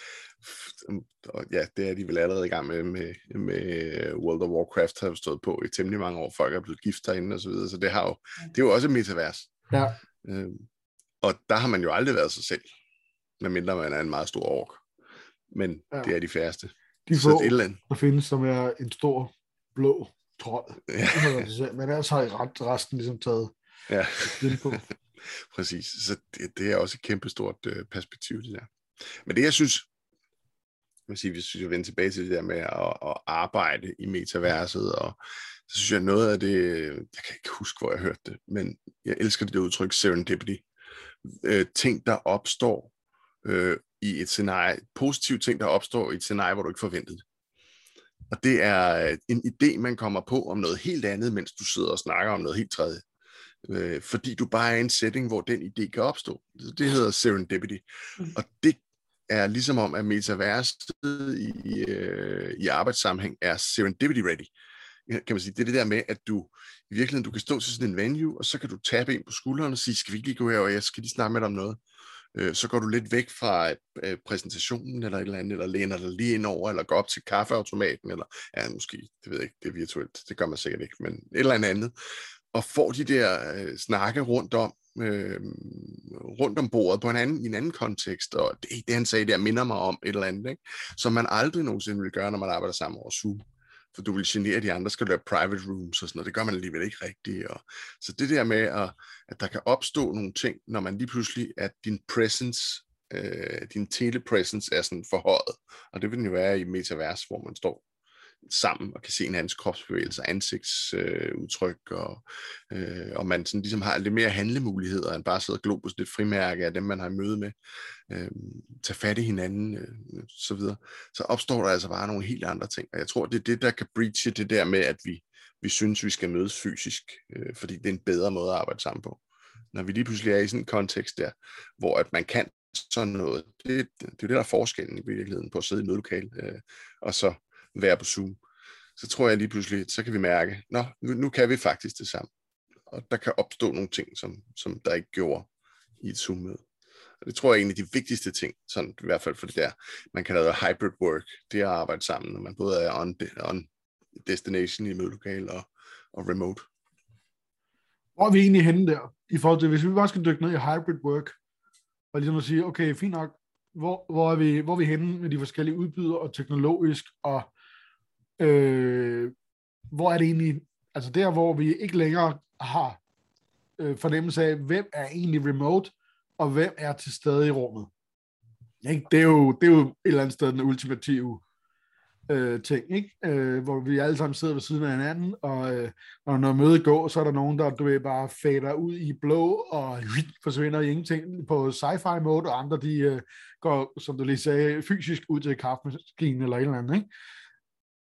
og ja, det er de vel allerede i gang med, med, med World of Warcraft har stået på i temmelig mange år, folk er blevet gift derinde og så videre, så det, har jo, det er jo også et metavers. Ja. Øh, og der har man jo aldrig været sig selv, medmindre man er en meget stor ork, men ja. Det er de færreste. De få, der findes, som er en stor blå trold. Ja. Men ellers har resten ligesom taget ja. det på. Præcis. Så det, det er også et kæmpestort øh, perspektiv, det der. Men det, jeg synes, jeg sige, hvis vi vender tilbage til det der med at, at arbejde i metaverset, og så synes jeg noget af det, jeg kan ikke huske, hvor jeg hørte det, men jeg elsker det der udtryk serendipity. Øh, ting, der opstår øh, i et scenarie, positive ting, der opstår i et scenarie, hvor du ikke forventede det. Og det er en idé, man kommer på om noget helt andet, mens du sidder og snakker om noget helt tredje. Øh, fordi du bare er i en setting, hvor den idé kan opstå. Det hedder serendipity. Mm. Og det er ligesom om, at metaverset i, øh, i arbejdssammenhæng er serendipity ready. Kan man sige, det er det der med, at du i virkeligheden, du kan stå til sådan en venue, og så kan du tabe ind på skulderen og sige, skal vi ikke lige gå her, og jeg skal lige snakke med dig om noget. Så går du lidt væk fra præsentationen eller et eller andet, eller læner dig lige ind over, eller går op til kaffeautomaten, eller ja, måske, det ved jeg ikke, det er virtuelt, det gør man sikkert ikke, men et eller andet, og får de der øh, snakke rundt om, øh, rundt om bordet på en anden, i en anden kontekst, og det, det han sagde der minder mig om et eller andet, ikke? Som man aldrig nogensinde vil gøre, når man arbejder sammen over Zoom. For du vil genere de andre, skal du lave private rooms og sådan noget. Det gør man alligevel ikke rigtigt. Og så det der med, at, at der kan opstå nogle ting, når man lige pludselig, at din presence, øh, din telepresence er sådan forhøjet. Og det vil den jo være i metavers, hvor man står sammen og kan se hinandens kropsbevægelser, ansigtsudtryk, øh, og, øh, og man sådan ligesom har lidt mere handlemuligheder, end bare sidde og glo på sådan et frimærke af dem, man har i møde med, øh, tage fat i hinanden, øh, så videre. Så opstår der altså bare nogle helt andre ting, og jeg tror, det er det, der kan breache det der med, at vi, vi synes, vi skal mødes fysisk, øh, fordi det er en bedre måde at arbejde sammen på. Når vi lige pludselig er i sådan en kontekst der, hvor at man kan sådan noget, det, det er det, der er forskellen i virkeligheden på at sidde i mødelokale, øh, og så være på Zoom, så tror jeg lige pludselig, så kan vi mærke, nå, nu, nu kan vi faktisk det samme. Og der kan opstå nogle ting, som, som der ikke gjorde i et Zoom-møde. Og det tror jeg er en af de vigtigste ting, sådan i hvert fald for det der, man kan lave hybrid work, det er at arbejde sammen, når man både er on, on destination i mødelokale og, og remote. Hvor er vi egentlig henne der, i forhold til, hvis vi bare skal dykke ned i hybrid work, og ligesom at sige, okay, fint nok, Hvor, hvor, er vi, hvor er vi henne med de forskellige udbydere og teknologisk, og øh, hvor er det egentlig, altså der, hvor vi ikke længere har øh, fornemmelse af, hvem er egentlig remote, og hvem er til stede i rummet. Ikke? Det, er jo, det er jo et eller andet sted den ultimative øh, ting, ikke? Øh, hvor vi alle sammen sidder ved siden af hinanden, og øh, når mødet går, så er der nogen, der du ved, bare fader ud i blå, og forsvinder i ingenting på sci-fi mode, og andre de øh, går, som du lige sagde, fysisk ud til kaffemaskinen eller et eller andet, ikke?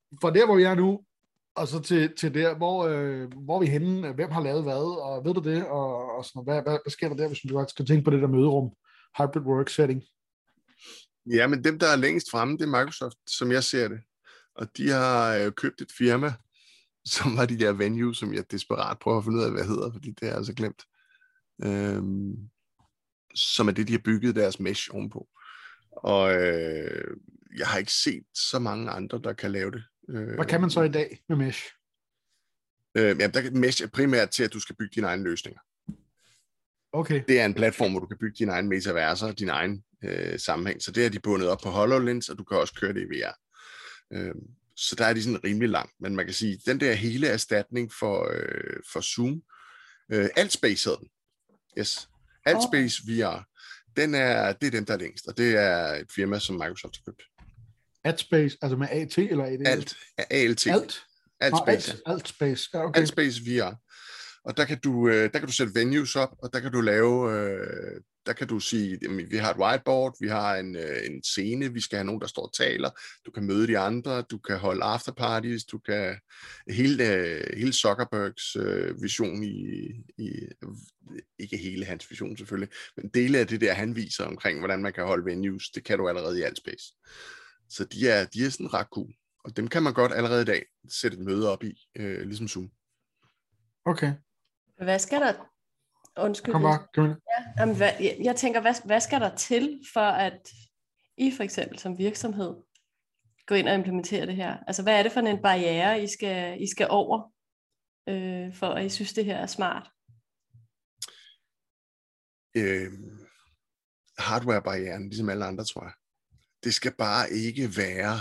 fra der, hvor vi er nu, og så til, til der, hvor, øh, hvor er vi henne, hvem har lavet hvad, og ved du det, og, og sådan, hvad, hvad, hvad sker der der, hvis du godt skal tænke på det der møderum, hybrid work setting? Ja, men dem, der er længst fremme, det er Microsoft, som jeg ser det. Og de har øh, købt et firma, som var de der Venue, som jeg desperat prøver at finde ud af, hvad hedder, fordi det er altså glemt. Øhm, som er det, de har bygget deres mesh ovenpå. Og øh, jeg har ikke set så mange andre, der kan lave det. Øh, hvad kan man så i dag med mesh? Øh, ja, der kan mesh er primært til, at du skal bygge dine egne løsninger. Okay. Det er en platform, hvor du kan bygge dine egne metaverser, din egen øh, sammenhæng. Så det er de bundet op på HoloLens, og du kan også køre det i V R. Øh, så der er de sådan rimelig langt. Men man kan sige, den der hele erstatning for, øh, for Zoom, øh, Altspace hedder den. Yes. Altspace V R. Den er, det er den, der er længst, og det er et firma, som Microsoft har købt. Altspace, altså med A T eller A D? Alt. A L T. Alt? Altspace. Alt, Altspace, ja, okay. Altspace V R. Og der kan du, der kan du sætte venues op, og der kan du lave, der kan du sige, vi har et whiteboard, vi har en, en scene, vi skal have nogen, der står og taler, du kan møde de andre, du kan holde afterparties, du kan, hele, hele Zuckerbergs vision i, i, ikke hele hans vision selvfølgelig, men dele af det der, han viser omkring, hvordan man kan holde venues, det kan du allerede i Altspace. Så de er, de er sådan ret cool, og dem kan man godt allerede i dag sætte et møde op i, øh, ligesom Zoom. Okay. Hvad skal der... Undskyld. Kom bare, kom ind. Ja, jamen, hvad, jeg, jeg tænker, hvad, hvad skal der til, for at I for eksempel som virksomhed gå ind og implementere det her? Altså, hvad er det for en barriere, I skal, I skal over, øh, for at I synes, det her er smart? Øh, hardware-barrieren, ligesom alle andre, tror jeg. Det skal bare ikke være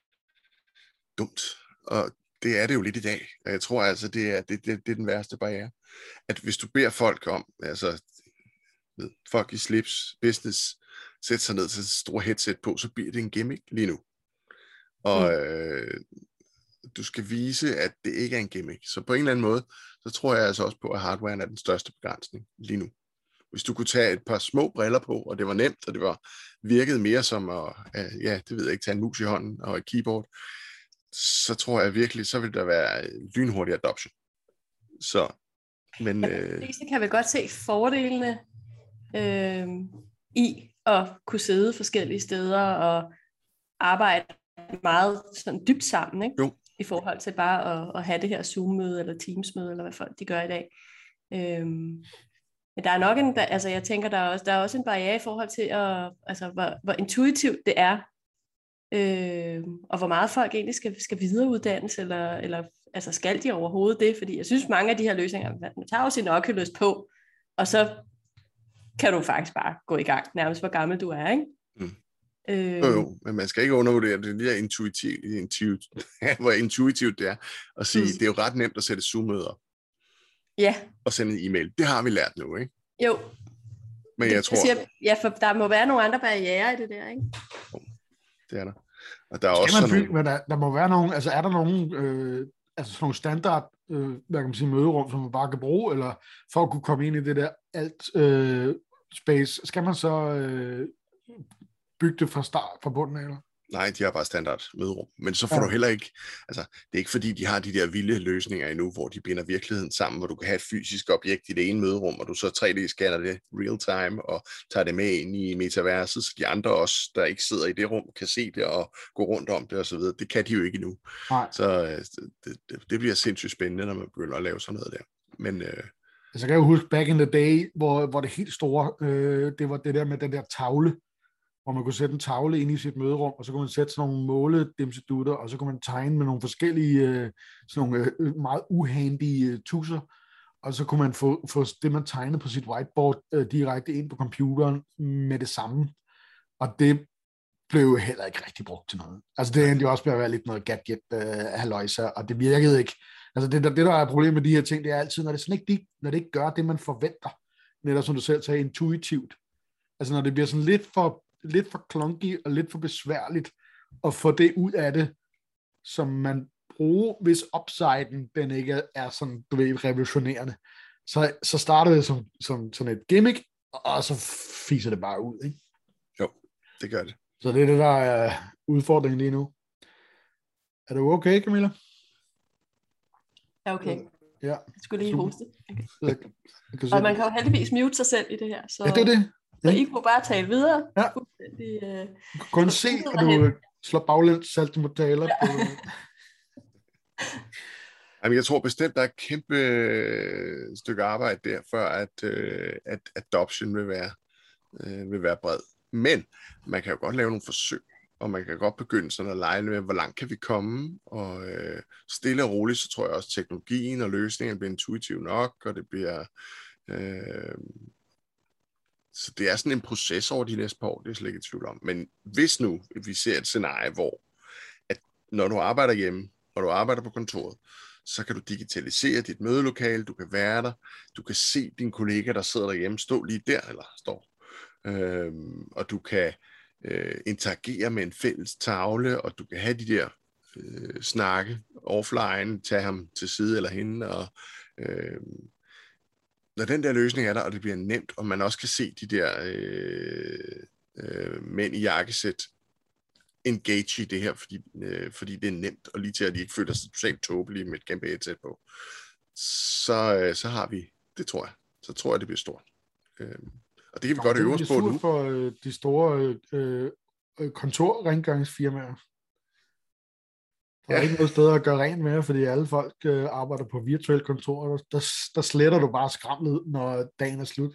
dumt. Og det er det jo lidt i dag. Og jeg tror altså, det er, det, det, det er den værste barriere. At hvis du beder folk om, altså ved, folk i slips, business, sætte sig ned til et stort headset på, så bliver det en gimmick lige nu. Og mm. øh, du skal vise, at det ikke er en gimmick. Så på en eller anden måde, så tror jeg altså også på, at hardwaren er den største begrænsning lige nu. Hvis du kunne tage et par små briller på, og det var nemt, og det var virkede mere som at, ja, det ved jeg ikke, tage en mus i hånden og et keyboard, så tror jeg virkelig, så vil der være lynhurtig adoption. Så, men... Ja, øh... de kan vel godt se fordelene øh, i at kunne sidde forskellige steder og arbejde meget sådan dybt sammen, ikke? Jo. I forhold til bare at, at have det her Zoom-møde eller Teams-møde, eller hvad folk de gør i dag. Øh, men der er nok en, der, altså jeg tænker, der er også, der er også en barriere i forhold til, at, altså, hvor, hvor intuitivt det er, Øh, og hvor meget folk egentlig skal, skal videreuddannes, eller, eller altså skal de overhovedet det, fordi jeg synes mange af de her løsninger, man tager jo sin Oculus på, og så kan du faktisk bare gå i gang, nærmest hvor gammel du er, ikke? Mm. Øh, jo, jo, men man skal ikke undervurdere det lige intuitivt, intuitivt hvor intuitivt det er, at sige, mm. det er jo ret nemt at sætte Zoom-møder ja. og sende en e-mail. Det har vi lært nu, ikke? Jo. Men det, jeg tror... Siger, ja, for der må være nogle andre barrierer i det der, ikke? Det er der. Og der er også sådan bygge, nogle... der, der må være nogle, altså er der nogle, øh, altså sådan nogle standard, øh, hvad kan man sige, møderum, som man bare kan bruge, eller for at kunne komme ind i det der alt øh, space, skal man så øh, bygge det fra start, fra bunden, eller? Nej, de har bare standard møderum. Men så får ja. du heller ikke, altså det er ikke fordi, de har de der vilde løsninger endnu, hvor de binder virkeligheden sammen, hvor du kan have et fysisk objekt i det ene møderum, og du så tre D-scanner det real time, og tager det med ind i metaverset, så de andre også, der ikke sidder i det rum, kan se det og gå rundt om det og så videre. Det kan de jo ikke endnu. Nej. Så det, det, det bliver sindssygt spændende, når man begynder at lave sådan noget der. Men øh... altså, jeg kan jo huske back in the day, hvor, hvor det helt store, øh, det var det der med den der tavle, hvor man kunne sætte en tavle ind i sit møderum, og så kunne man sætte sådan nogle måledimsedutter, og så kunne man tegne med nogle forskellige, øh, sådan nogle øh, meget uhandige øh, tusser, og så kunne man få, få det, man tegnede på sit whiteboard, øh, direkte ind på computeren med det samme. Og det blev jo heller ikke rigtig brugt til noget. Altså det endte jo også med at være lidt noget gadget-halløjsa, øh, og det virkede ikke. Altså det, det, der er problemet med de her ting, det er altid, når det, sådan ikke, når det ikke gør det, man forventer, netop som du selv sagde, intuitivt. Altså når det bliver sådan lidt for lidt for clunky og lidt for besværligt at få det ud af det, som man bruger, hvis upsiden den ikke er sådan, du ved, revolutionerende. Så, så starter det som, som sådan et gimmick, og så fiser det bare ud, ikke? Jo, det gør det. Så det er det, der er udfordringen lige nu. Er du okay, Camilla? Ja, okay. Ja. Jeg skulle lige hoste. Okay. Jeg, jeg kan Og man kan jo heldigvis mute sig selv i det her, så, ja, det er det. så I kunne bare tale videre. Ja. Øh, du kan kun se, at du slår baglæns saltomortaler ja. på... Jamen, jeg tror bestemt, der er et kæmpe stykke arbejde der, før at, at adoption vil være, vil være bred. Men man kan jo godt lave nogle forsøg, og man kan godt begynde sådan at lege med, hvor langt kan vi komme, og øh, stille og roligt, så tror jeg også, at teknologien og løsningen bliver intuitiv nok, og det bliver... Øh, så det er sådan en proces over de næste par år, det er slet ikke i tvivl om. Men hvis nu vi ser et scenarie, hvor at når du arbejder hjemme, og du arbejder på kontoret, så kan du digitalisere dit mødelokale, du kan være der, du kan se dine kollegaer, der sidder derhjemme, stå lige der, eller står, øhm, og du kan øh, interagere med en fælles tavle, og du kan have de der øh, snakke offline, tage ham til side eller hende, og øh, når den der løsning er der, og det bliver nemt, og man også kan se de der øh, øh, mænd i jakkesæt engage i det her, fordi, øh, fordi det er nemt, og lige til at de ikke føler sig totalt tåbelige med et kæmpe headset på, så, øh, så har vi, det tror jeg, så tror jeg, det bliver stort. Øh, og det kan vi godt øve os på nu. Det er for øh, de store øh, kontorrengøringsfirmaer. Der er ja. ikke noget sted at gøre rent med, fordi alle folk øh, arbejder på virtuelle kontorer. Der, der sletter du bare skramlet, når dagen er slut.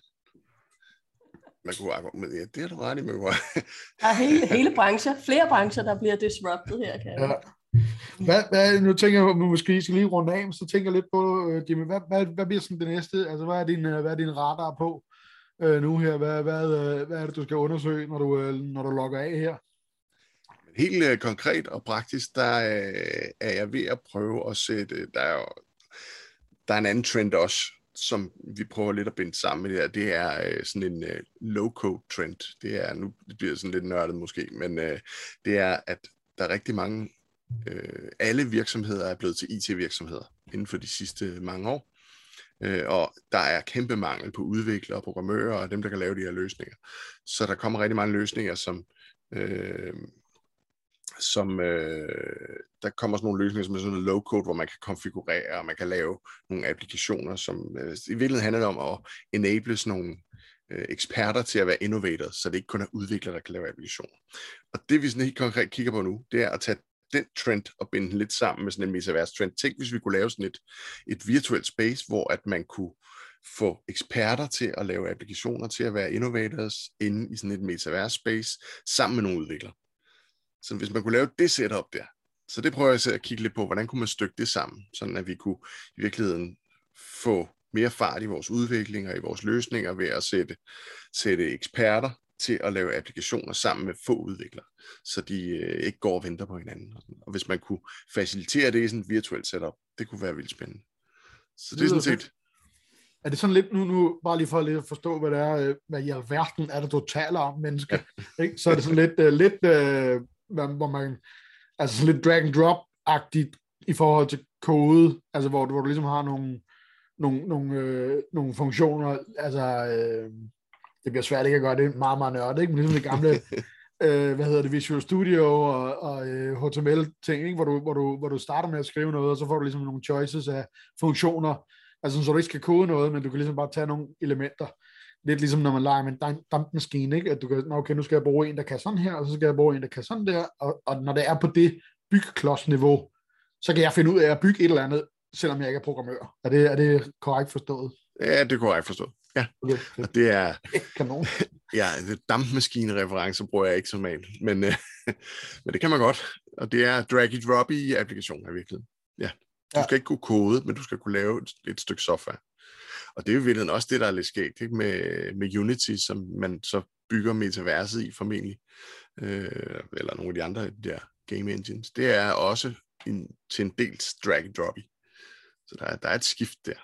Man kunne argumentere, ja, det er du ret i, man kunne. Der er hele, hele brancher, flere brancher, der bliver disrupted her, kan jeg. Ja. Hvad, hvad, nu tænker jeg, at vi måske skal lige runde af, så tænker jeg lidt på, uh, Jimmy, hvad, hvad, hvad bliver sådan det næste? Altså, hvad er din, hvad er din radar på uh, nu her? Hvad, hvad, uh, hvad er det, du skal undersøge, når du, uh, når du logger af her? Helt uh, konkret og praktisk, der uh, er jeg ved at prøve at sætte, der er jo, der er en anden trend også, som vi prøver lidt at binde sammen med det her, det er uh, sådan en uh, low-code trend. Det er, nu det bliver sådan lidt nørdet måske, men uh, det er, at der er rigtig mange, uh, alle virksomheder er blevet til I T-virksomheder inden for de sidste mange år, uh, og der er kæmpe mangel på udviklere og programmører og dem, der kan lave de her løsninger. Så der kommer rigtig mange løsninger, som uh, som øh, der kommer sådan nogle løsninger som er sådan noget low-code, hvor man kan konfigurere, og man kan lave nogle applikationer, som øh, i virkeligheden handler om at enable sådan nogle øh, eksperter til at være innovators, så det ikke kun er udviklere, der kan lave applikationer. Og det vi sådan helt konkret kigger på nu, det er at tage den trend og binde den lidt sammen med sådan en metaverse trend. Tænk, hvis vi kunne lave sådan et, et virtuelt space, hvor at man kunne få eksperter til at lave applikationer, til at være innovators inde i sådan et metaverse space, sammen med nogle udviklere. Så hvis man kunne lave det setup der, så det prøver jeg at kigge lidt på, hvordan kunne man stykke det sammen, sådan at vi kunne i virkeligheden få mere fart i vores udvikling og i vores løsninger ved at sætte, sætte eksperter til at lave applikationer sammen med få udviklere, så de øh, ikke går og venter på hinanden. Og hvis man kunne facilitere det i sådan et virtuelt setup, det kunne være vildt spændende. Så det er sådan set... Er det sådan lidt, nu, nu bare lige for at lidt forstå, hvad det er, hvad i alverden er det, du taler om, mennesker, ja. Ikke? Så er det sådan lidt, uh, lidt uh, hvor man, altså sådan lidt drag and drop-agtigt i forhold til kode, altså hvor, hvor du ligesom har nogle, nogle, nogle, øh, nogle funktioner, altså øh, det bliver svært ikke at gøre det meget, meget nørdet, ikke? Men ligesom det gamle, øh, hvad hedder det, Visual Studio og, og øh, H T M L-ting, ikke? Hvor, du, hvor, du, hvor du starter med at skrive noget, og så får du ligesom nogle choices af funktioner, altså så du ikke skal kode noget, men du kan ligesom bare tage nogle elementer. Lidt ligesom når man leger med en dampmaskine, ikke? At du kan, okay, nu skal jeg bruge en, der kan sådan her, og så skal jeg bruge en, der kan sådan der, og, og når det er på det byggeklodsniveau, så kan jeg finde ud af at bygge et eller andet, selvom jeg ikke er programmør. Er det, er det korrekt forstået? Ja, det er korrekt forstået. Ja, okay. Og det er... Kanon. Ja, dampmaskine-referencer bruger jeg ikke som normalt, men, øh, men det kan man godt, og det er drag-and-drop i applikationer i virkeligheden. Ja, du ja. skal ikke kunne kode, men du skal kunne lave et, et stykke software. Og det er jo i virkeligheden også det, der er lidt skægt, ikke? Med, med Unity, som man så bygger metaverset i formentlig, øh, eller nogle af de andre der game engines. Det er også en, til en del drag and drop i. Så der er, der er et skift der.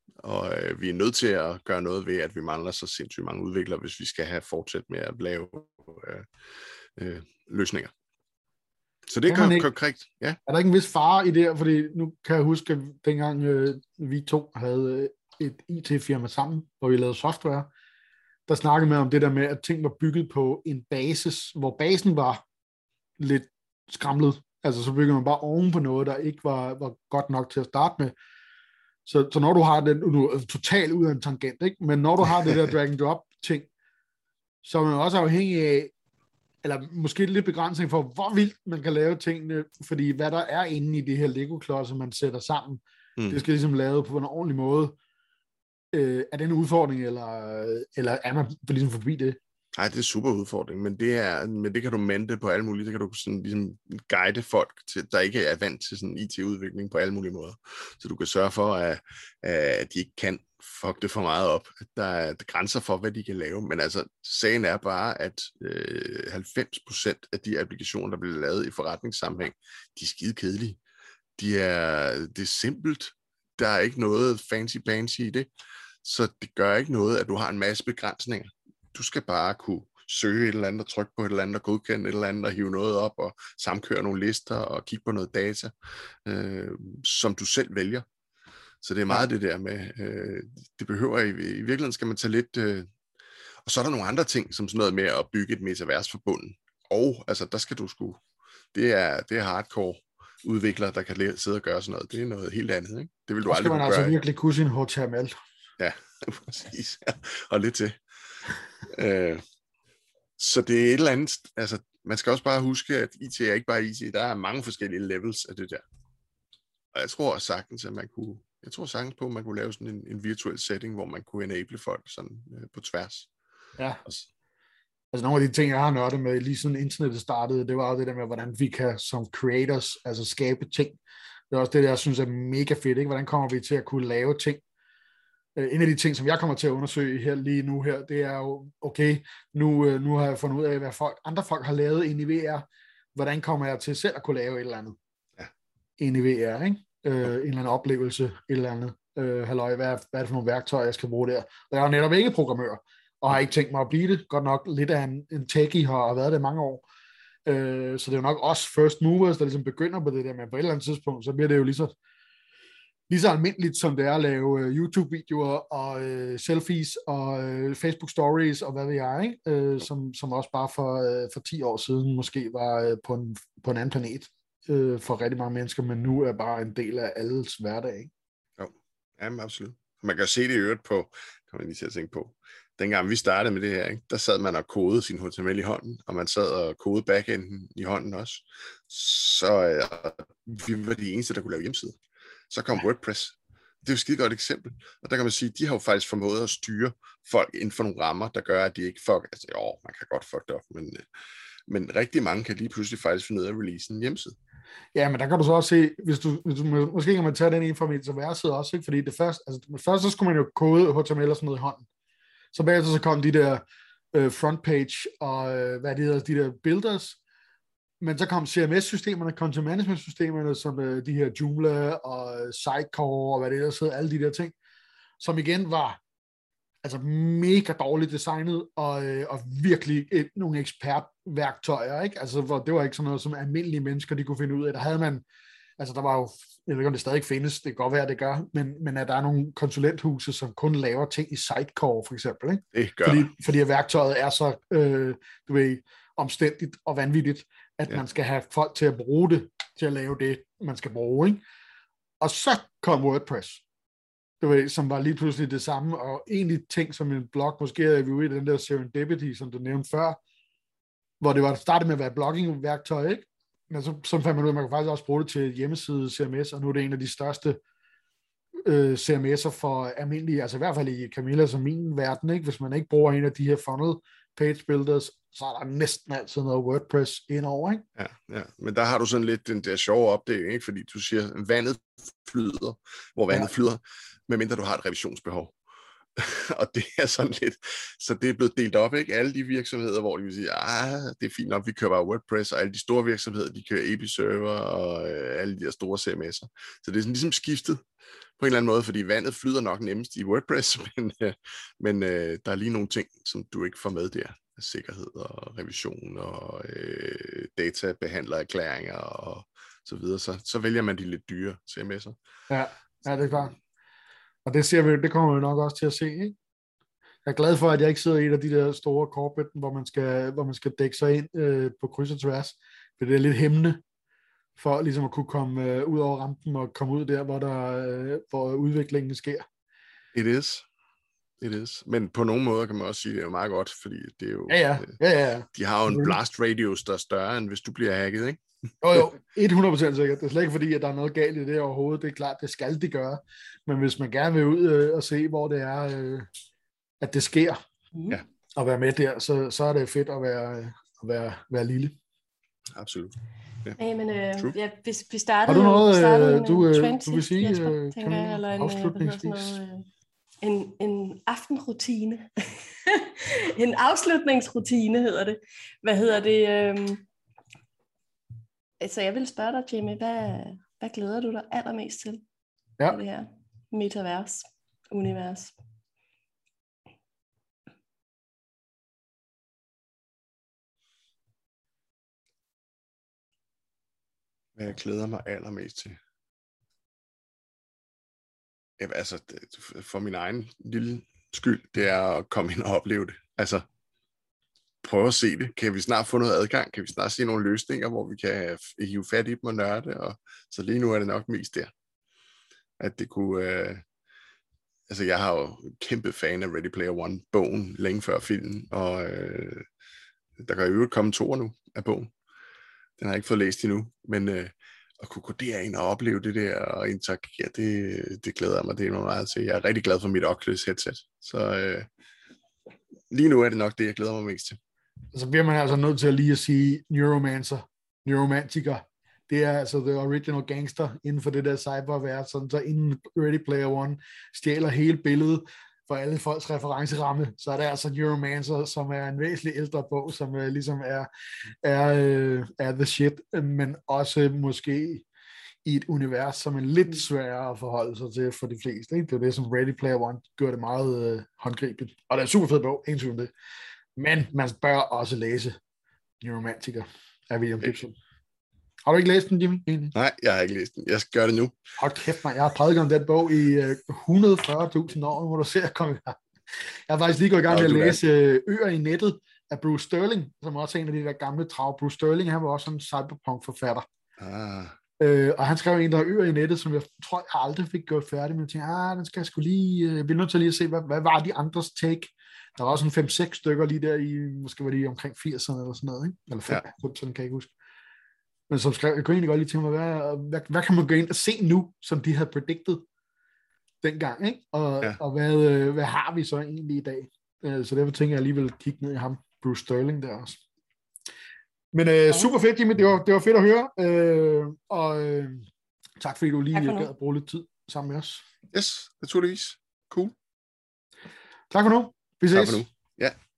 Og øh, vi er nødt til at gøre noget ved, at vi mangler så sindssygt mange udviklere, hvis vi skal have fortsat med at lave øh, øh, løsninger. Så det er konkret. Ja. Er der ikke en vis fare i det, fordi nu kan jeg huske, at dengang øh, vi to havde øh, et I T-firma sammen, hvor vi lavede software, der snakkede man om det der med, at ting var bygget på en basis, hvor basen var lidt skramlet. Altså, så bygger man bare oven på noget, der ikke var, var godt nok til at starte med. Så, så når du har den, nu er totalt ud af en tangent, ikke? Men når du har det der drag and drop ting, så er man også afhængig af, eller måske lidt begrænsning for, hvor vildt man kan lave tingene, fordi hvad der er inde i de her Lego-klodser, man sætter sammen, mm. det skal ligesom lavet på en ordentlig måde. Øh, er det en udfordring, eller, eller er man ligesom forbi det? Nej, det er super udfordring, men det, er, men det kan du mente på alle mulige, det kan du sådan ligesom guide folk, til, der ikke er vant til sådan I T-udvikling på alle mulige måder. Så du kan sørge for, at, at de ikke kan fuck det for meget op. At der er grænser for, hvad de kan lave, men altså sagen er bare, at øh, halvfems procent af de applikationer, der bliver lavet i forretningssammenhæng, de er skide kedelige. De er, det er simpelt. Der er ikke noget fancy-pansy i det, så det gør ikke noget, at du har en masse begrænsninger. Du skal bare kunne søge et eller andet, og trykke på et eller andet, og godkende et eller andet, og hive noget op, og samkøre nogle lister, og kigge på noget data, øh, som du selv vælger. Så det er meget det der med, øh, det behøver i, i virkeligheden skal man tage lidt, øh, og så er der nogle andre ting, som sådan noget med at bygge et metavers forbundet. Og altså, der skal du sgu, det er, det er hardcore udviklere, der kan sidde og gøre sådan noget. Det er noget helt andet, ikke? Det vil du og aldrig kunne gøre. gøre. Så skal man altså virkelig kunne sin H T M L. Ja, præcis. Ja. Og lidt til. øh, så det er et eller andet, altså man skal også bare huske, at I T er ikke bare I T, der er mange forskellige levels af det der. Og jeg tror sagtens, at man kunne, jeg tror sagtens på, at man kunne lave sådan en, en virtuel setting, hvor man kunne enable folk sådan øh, på tværs. Ja. Altså nogle af de ting, jeg har nørdet med, lige siden internettet startede, det var jo det der med, hvordan vi kan som creators, altså skabe ting. Det er også det, jeg synes er mega fedt, ikke? Hvordan kommer vi til at kunne lave ting? En af de ting, som jeg kommer til at undersøge her lige nu her, det er jo, okay, nu, nu har jeg fundet ud af, hvad folk, andre folk har lavet inde i V R. Hvordan kommer jeg til selv at kunne lave et eller andet? Ja. Inde i V R, ikke? Øh, en eller anden oplevelse, et eller andet. Øh, halløj, hvad, er, hvad er det for nogle værktøjer, jeg skal bruge der? Og jeg er jo netop ikke programmør, og har ikke tænkt mig at blive det. Godt nok lidt af en, en techie, har været det mange år. Øh, så det er jo nok også first movers, der ligesom begynder på det der, men på et eller andet tidspunkt, så bliver det jo lige så lige så almindeligt, som det er at lave uh, YouTube-videoer og uh, selfies og uh, Facebook-stories og hvad ved jeg, ikke? Uh, som, som også bare for, uh, for ti år siden måske var uh, på, en, på en anden planet uh, for rigtig mange mennesker, men nu er bare en del af alles hverdag. Ikke? Jo, jamen absolut. Man kan se det i øvrigt på, kan man lige til at tænke på, dengang vi startede med det her, ikke? Der sad man og kodede sin H T M L i hånden, og man sad og kodede backenden i hånden også. Så uh, vi var de eneste, der kunne lave hjemmeside. Så kom WordPress. Det er jo et skide godt eksempel. Og der kan man sige, de har jo faktisk formået at styre folk inden for nogle rammer, der gør, at de ikke fuck, altså jo, man kan godt fuck det op, men, men rigtig mange kan lige pludselig faktisk finde ud af at release en hjemmeside. Ja, men der kan du så også se, hvis du, hvis du måske kan man tage den ind fra metaverset også, ikke? Fordi det første, altså først så skulle man jo kode H T M L og sådan noget i hånden. Så bagefter så kom de der øh, frontpage og øh, hvad det hedder, de der builders. Men så kom C M S-systemerne, content management-systemerne, som øh, de her Joomla og Sitecore og hvad det ellers hedder, alle de der ting, som igen var altså mega dårligt designet og, øh, og virkelig et, nogle ekspertværktøjer, ikke? Altså, hvor det var ikke sådan noget, som almindelige mennesker, de kunne finde ud af. Der havde man, altså der var jo, jeg ved ikke, om det stadig findes, det kan godt være, det gør, men, men at der er nogle konsulenthuse, som kun laver ting i Sitecore, for eksempel, ikke? Det gør fordi, fordi at værktøjet er så, øh, du ved, omstændigt og vanvittigt, at ja. Man skal have folk til at bruge det, til at lave det, man skal bruge, ikke? Og så kom WordPress, du ved, som var lige pludselig det samme, og egentlig ting som en blog, måske er vi ude i den der serendipity, som du nævnte før, hvor det var startet med at være blogging-værktøj, ikke? Men så, så fandt man ud af, at man kan faktisk også bruge det til hjemmeside C M S, og nu er det en af de største øh, C M S'er for almindelige, altså i hvert fald i Camillas og min verden, ikke? Hvis man ikke bruger en af de her funnel page builders, så er der næsten altid noget WordPress indover, ikke? Ja, ja, men der har du sådan lidt den der sjove opdeling, ikke? Fordi du siger, at vandet flyder, hvor vandet ja. flyder, medmindre du har et revisionsbehov. Og det er sådan lidt, så det er blevet delt op, ikke? Alle de virksomheder, hvor de vil sige, ah, det er fint nok, vi kører bare WordPress, og alle de store virksomheder, de kører A P I server og øh, alle de der store C M S'er. Så det er sådan ligesom skiftet på en eller anden måde, fordi vandet flyder nok nemmest i WordPress, men, øh, men øh, der er lige nogle ting, som du ikke får med der. Sikkerhed og revision og øh, databehandlererklæringer og så videre, så, så vælger man de lidt dyre C M S'er. Ja, ja, det er klart. Og det, ser vi, det kommer vi nok også til at se, ikke? Jeg er glad for, at jeg ikke sidder i et af de der store corporate, hvor man skal, hvor man skal dække sig ind øh, på kryds og tværs, for det er lidt hæmmende. for ligesom at kunne komme øh, ud over rampen og komme ud der, hvor, der, øh, hvor udviklingen sker. It is. It is. Men på nogle måder kan man også sige, at det er jo meget godt, fordi det er jo... Ja, ja. ja, ja. De har jo en blast radius, der er større, end hvis du bliver hacket, ikke? Jo, jo. hundrede procent sikkert. Det er slet ikke fordi, at der er noget galt i det overhovedet. Det er klart, det skal de gøre. Men hvis man gerne vil ud øh, og se, hvor det er, øh, at det sker, ja. og være med der, så, så er det fedt at være, at være, være lille. Absolut. Ja. Hey, men, øh, ja, vi, vi startede, har du noget, startede en, du, trend, du vil sige, Jesper, øh, tænker jeg, eller en, afslutningsvis? Noget, øh, en, en aftenrutine. En afslutningsrutine hedder det. Hvad hedder det? Øh... Altså, jeg vil spørge dig, Jimmy, hvad, hvad glæder du dig allermest til? Ja. I det her metavers, univers? Hvad jeg glæder mig allermest til? Ja, altså, for min egen lille skyld, det er at komme ind og opleve det. Altså, prøve at se det. Kan vi snart få noget adgang? Kan vi snart se nogle løsninger, hvor vi kan hive fat i dem og nørde? Og så lige nu er det nok mest der. At det kunne... Øh... Altså, jeg har jo kæmpe fan af Ready Player One-bogen længe før filmen, og øh... der kan jo øvrigt komme toer nu af bogen. Den har jeg ikke fået læst endnu, men øh... at kunne gå derind og opleve det der og interagere, det, det glæder jeg mig. Det er noget meget til. Jeg er rigtig glad for mit Oculus headset. Så øh... lige nu er det nok det, jeg glæder mig mest til. Så bliver man altså nødt til at lige at sige Neuromancer, Neuromantiker. Det er altså the original gangster inden for det der cybervært, sådan så inden Ready Player One stjæler hele billedet for alle folks referenceramme, så er det altså Neuromancer, som er en væsentlig ældre bog, som uh, ligesom er, er, uh, er the shit, men også måske i et univers, som er lidt sværere at forholde sig til for de fleste. Ikke? Det er det, som Ready Player One gør det meget uh, håndgribeligt. Og det er en super fed bog, ingen tvivl om det. Men man bør også læse Neuromantiker af William Gibson. Har du ikke læst den, Jimmy? Nej, jeg har ikke læst den. Jeg skal gøre det nu. Hold kæft, man. Jeg har prædiket om den bog i uh, et hundrede og fyrre tusind år, hvor du ser at komme i gang. Jeg har faktisk lige gået i gang med at læse uh, Øer i nettet af Bruce Sterling, som også er en af de der gamle trav. Bruce Sterling, han var også en cyberpunk-forfatter. Ah. Uh, og han skrev en, der Øer i nettet, som jeg tror, jeg aldrig fik gjort færdig, men jeg tænkte, ah, den skal jeg sgu lige... Uh, jeg bliver nødt til lige at se, hvad, hvad var de andres take? Der var også en fem seks stykker lige der i, måske var de omkring firserne eller sådan noget, ikke? Eller femoghalvfems, ja. Kan jeg ikke huske. Men som skrev, jeg kunne egentlig godt lige tænke mig, hvad, hvad, hvad kan man gå ind og se nu, som de havde predicted dengang, ikke? Og, ja. og hvad, hvad har vi så egentlig i dag? Så derfor tænker jeg alligevel at kigge ned i ham, Bruce Sterling der også. Men øh, super fedt, Jimmy, det var, det var fedt at høre, øh, og øh, tak fordi du lige gad at bruge lidt tid sammen med os. Yes, naturligvis. Cool. Tak for nu. Vi ses. Tak for nu. Ja.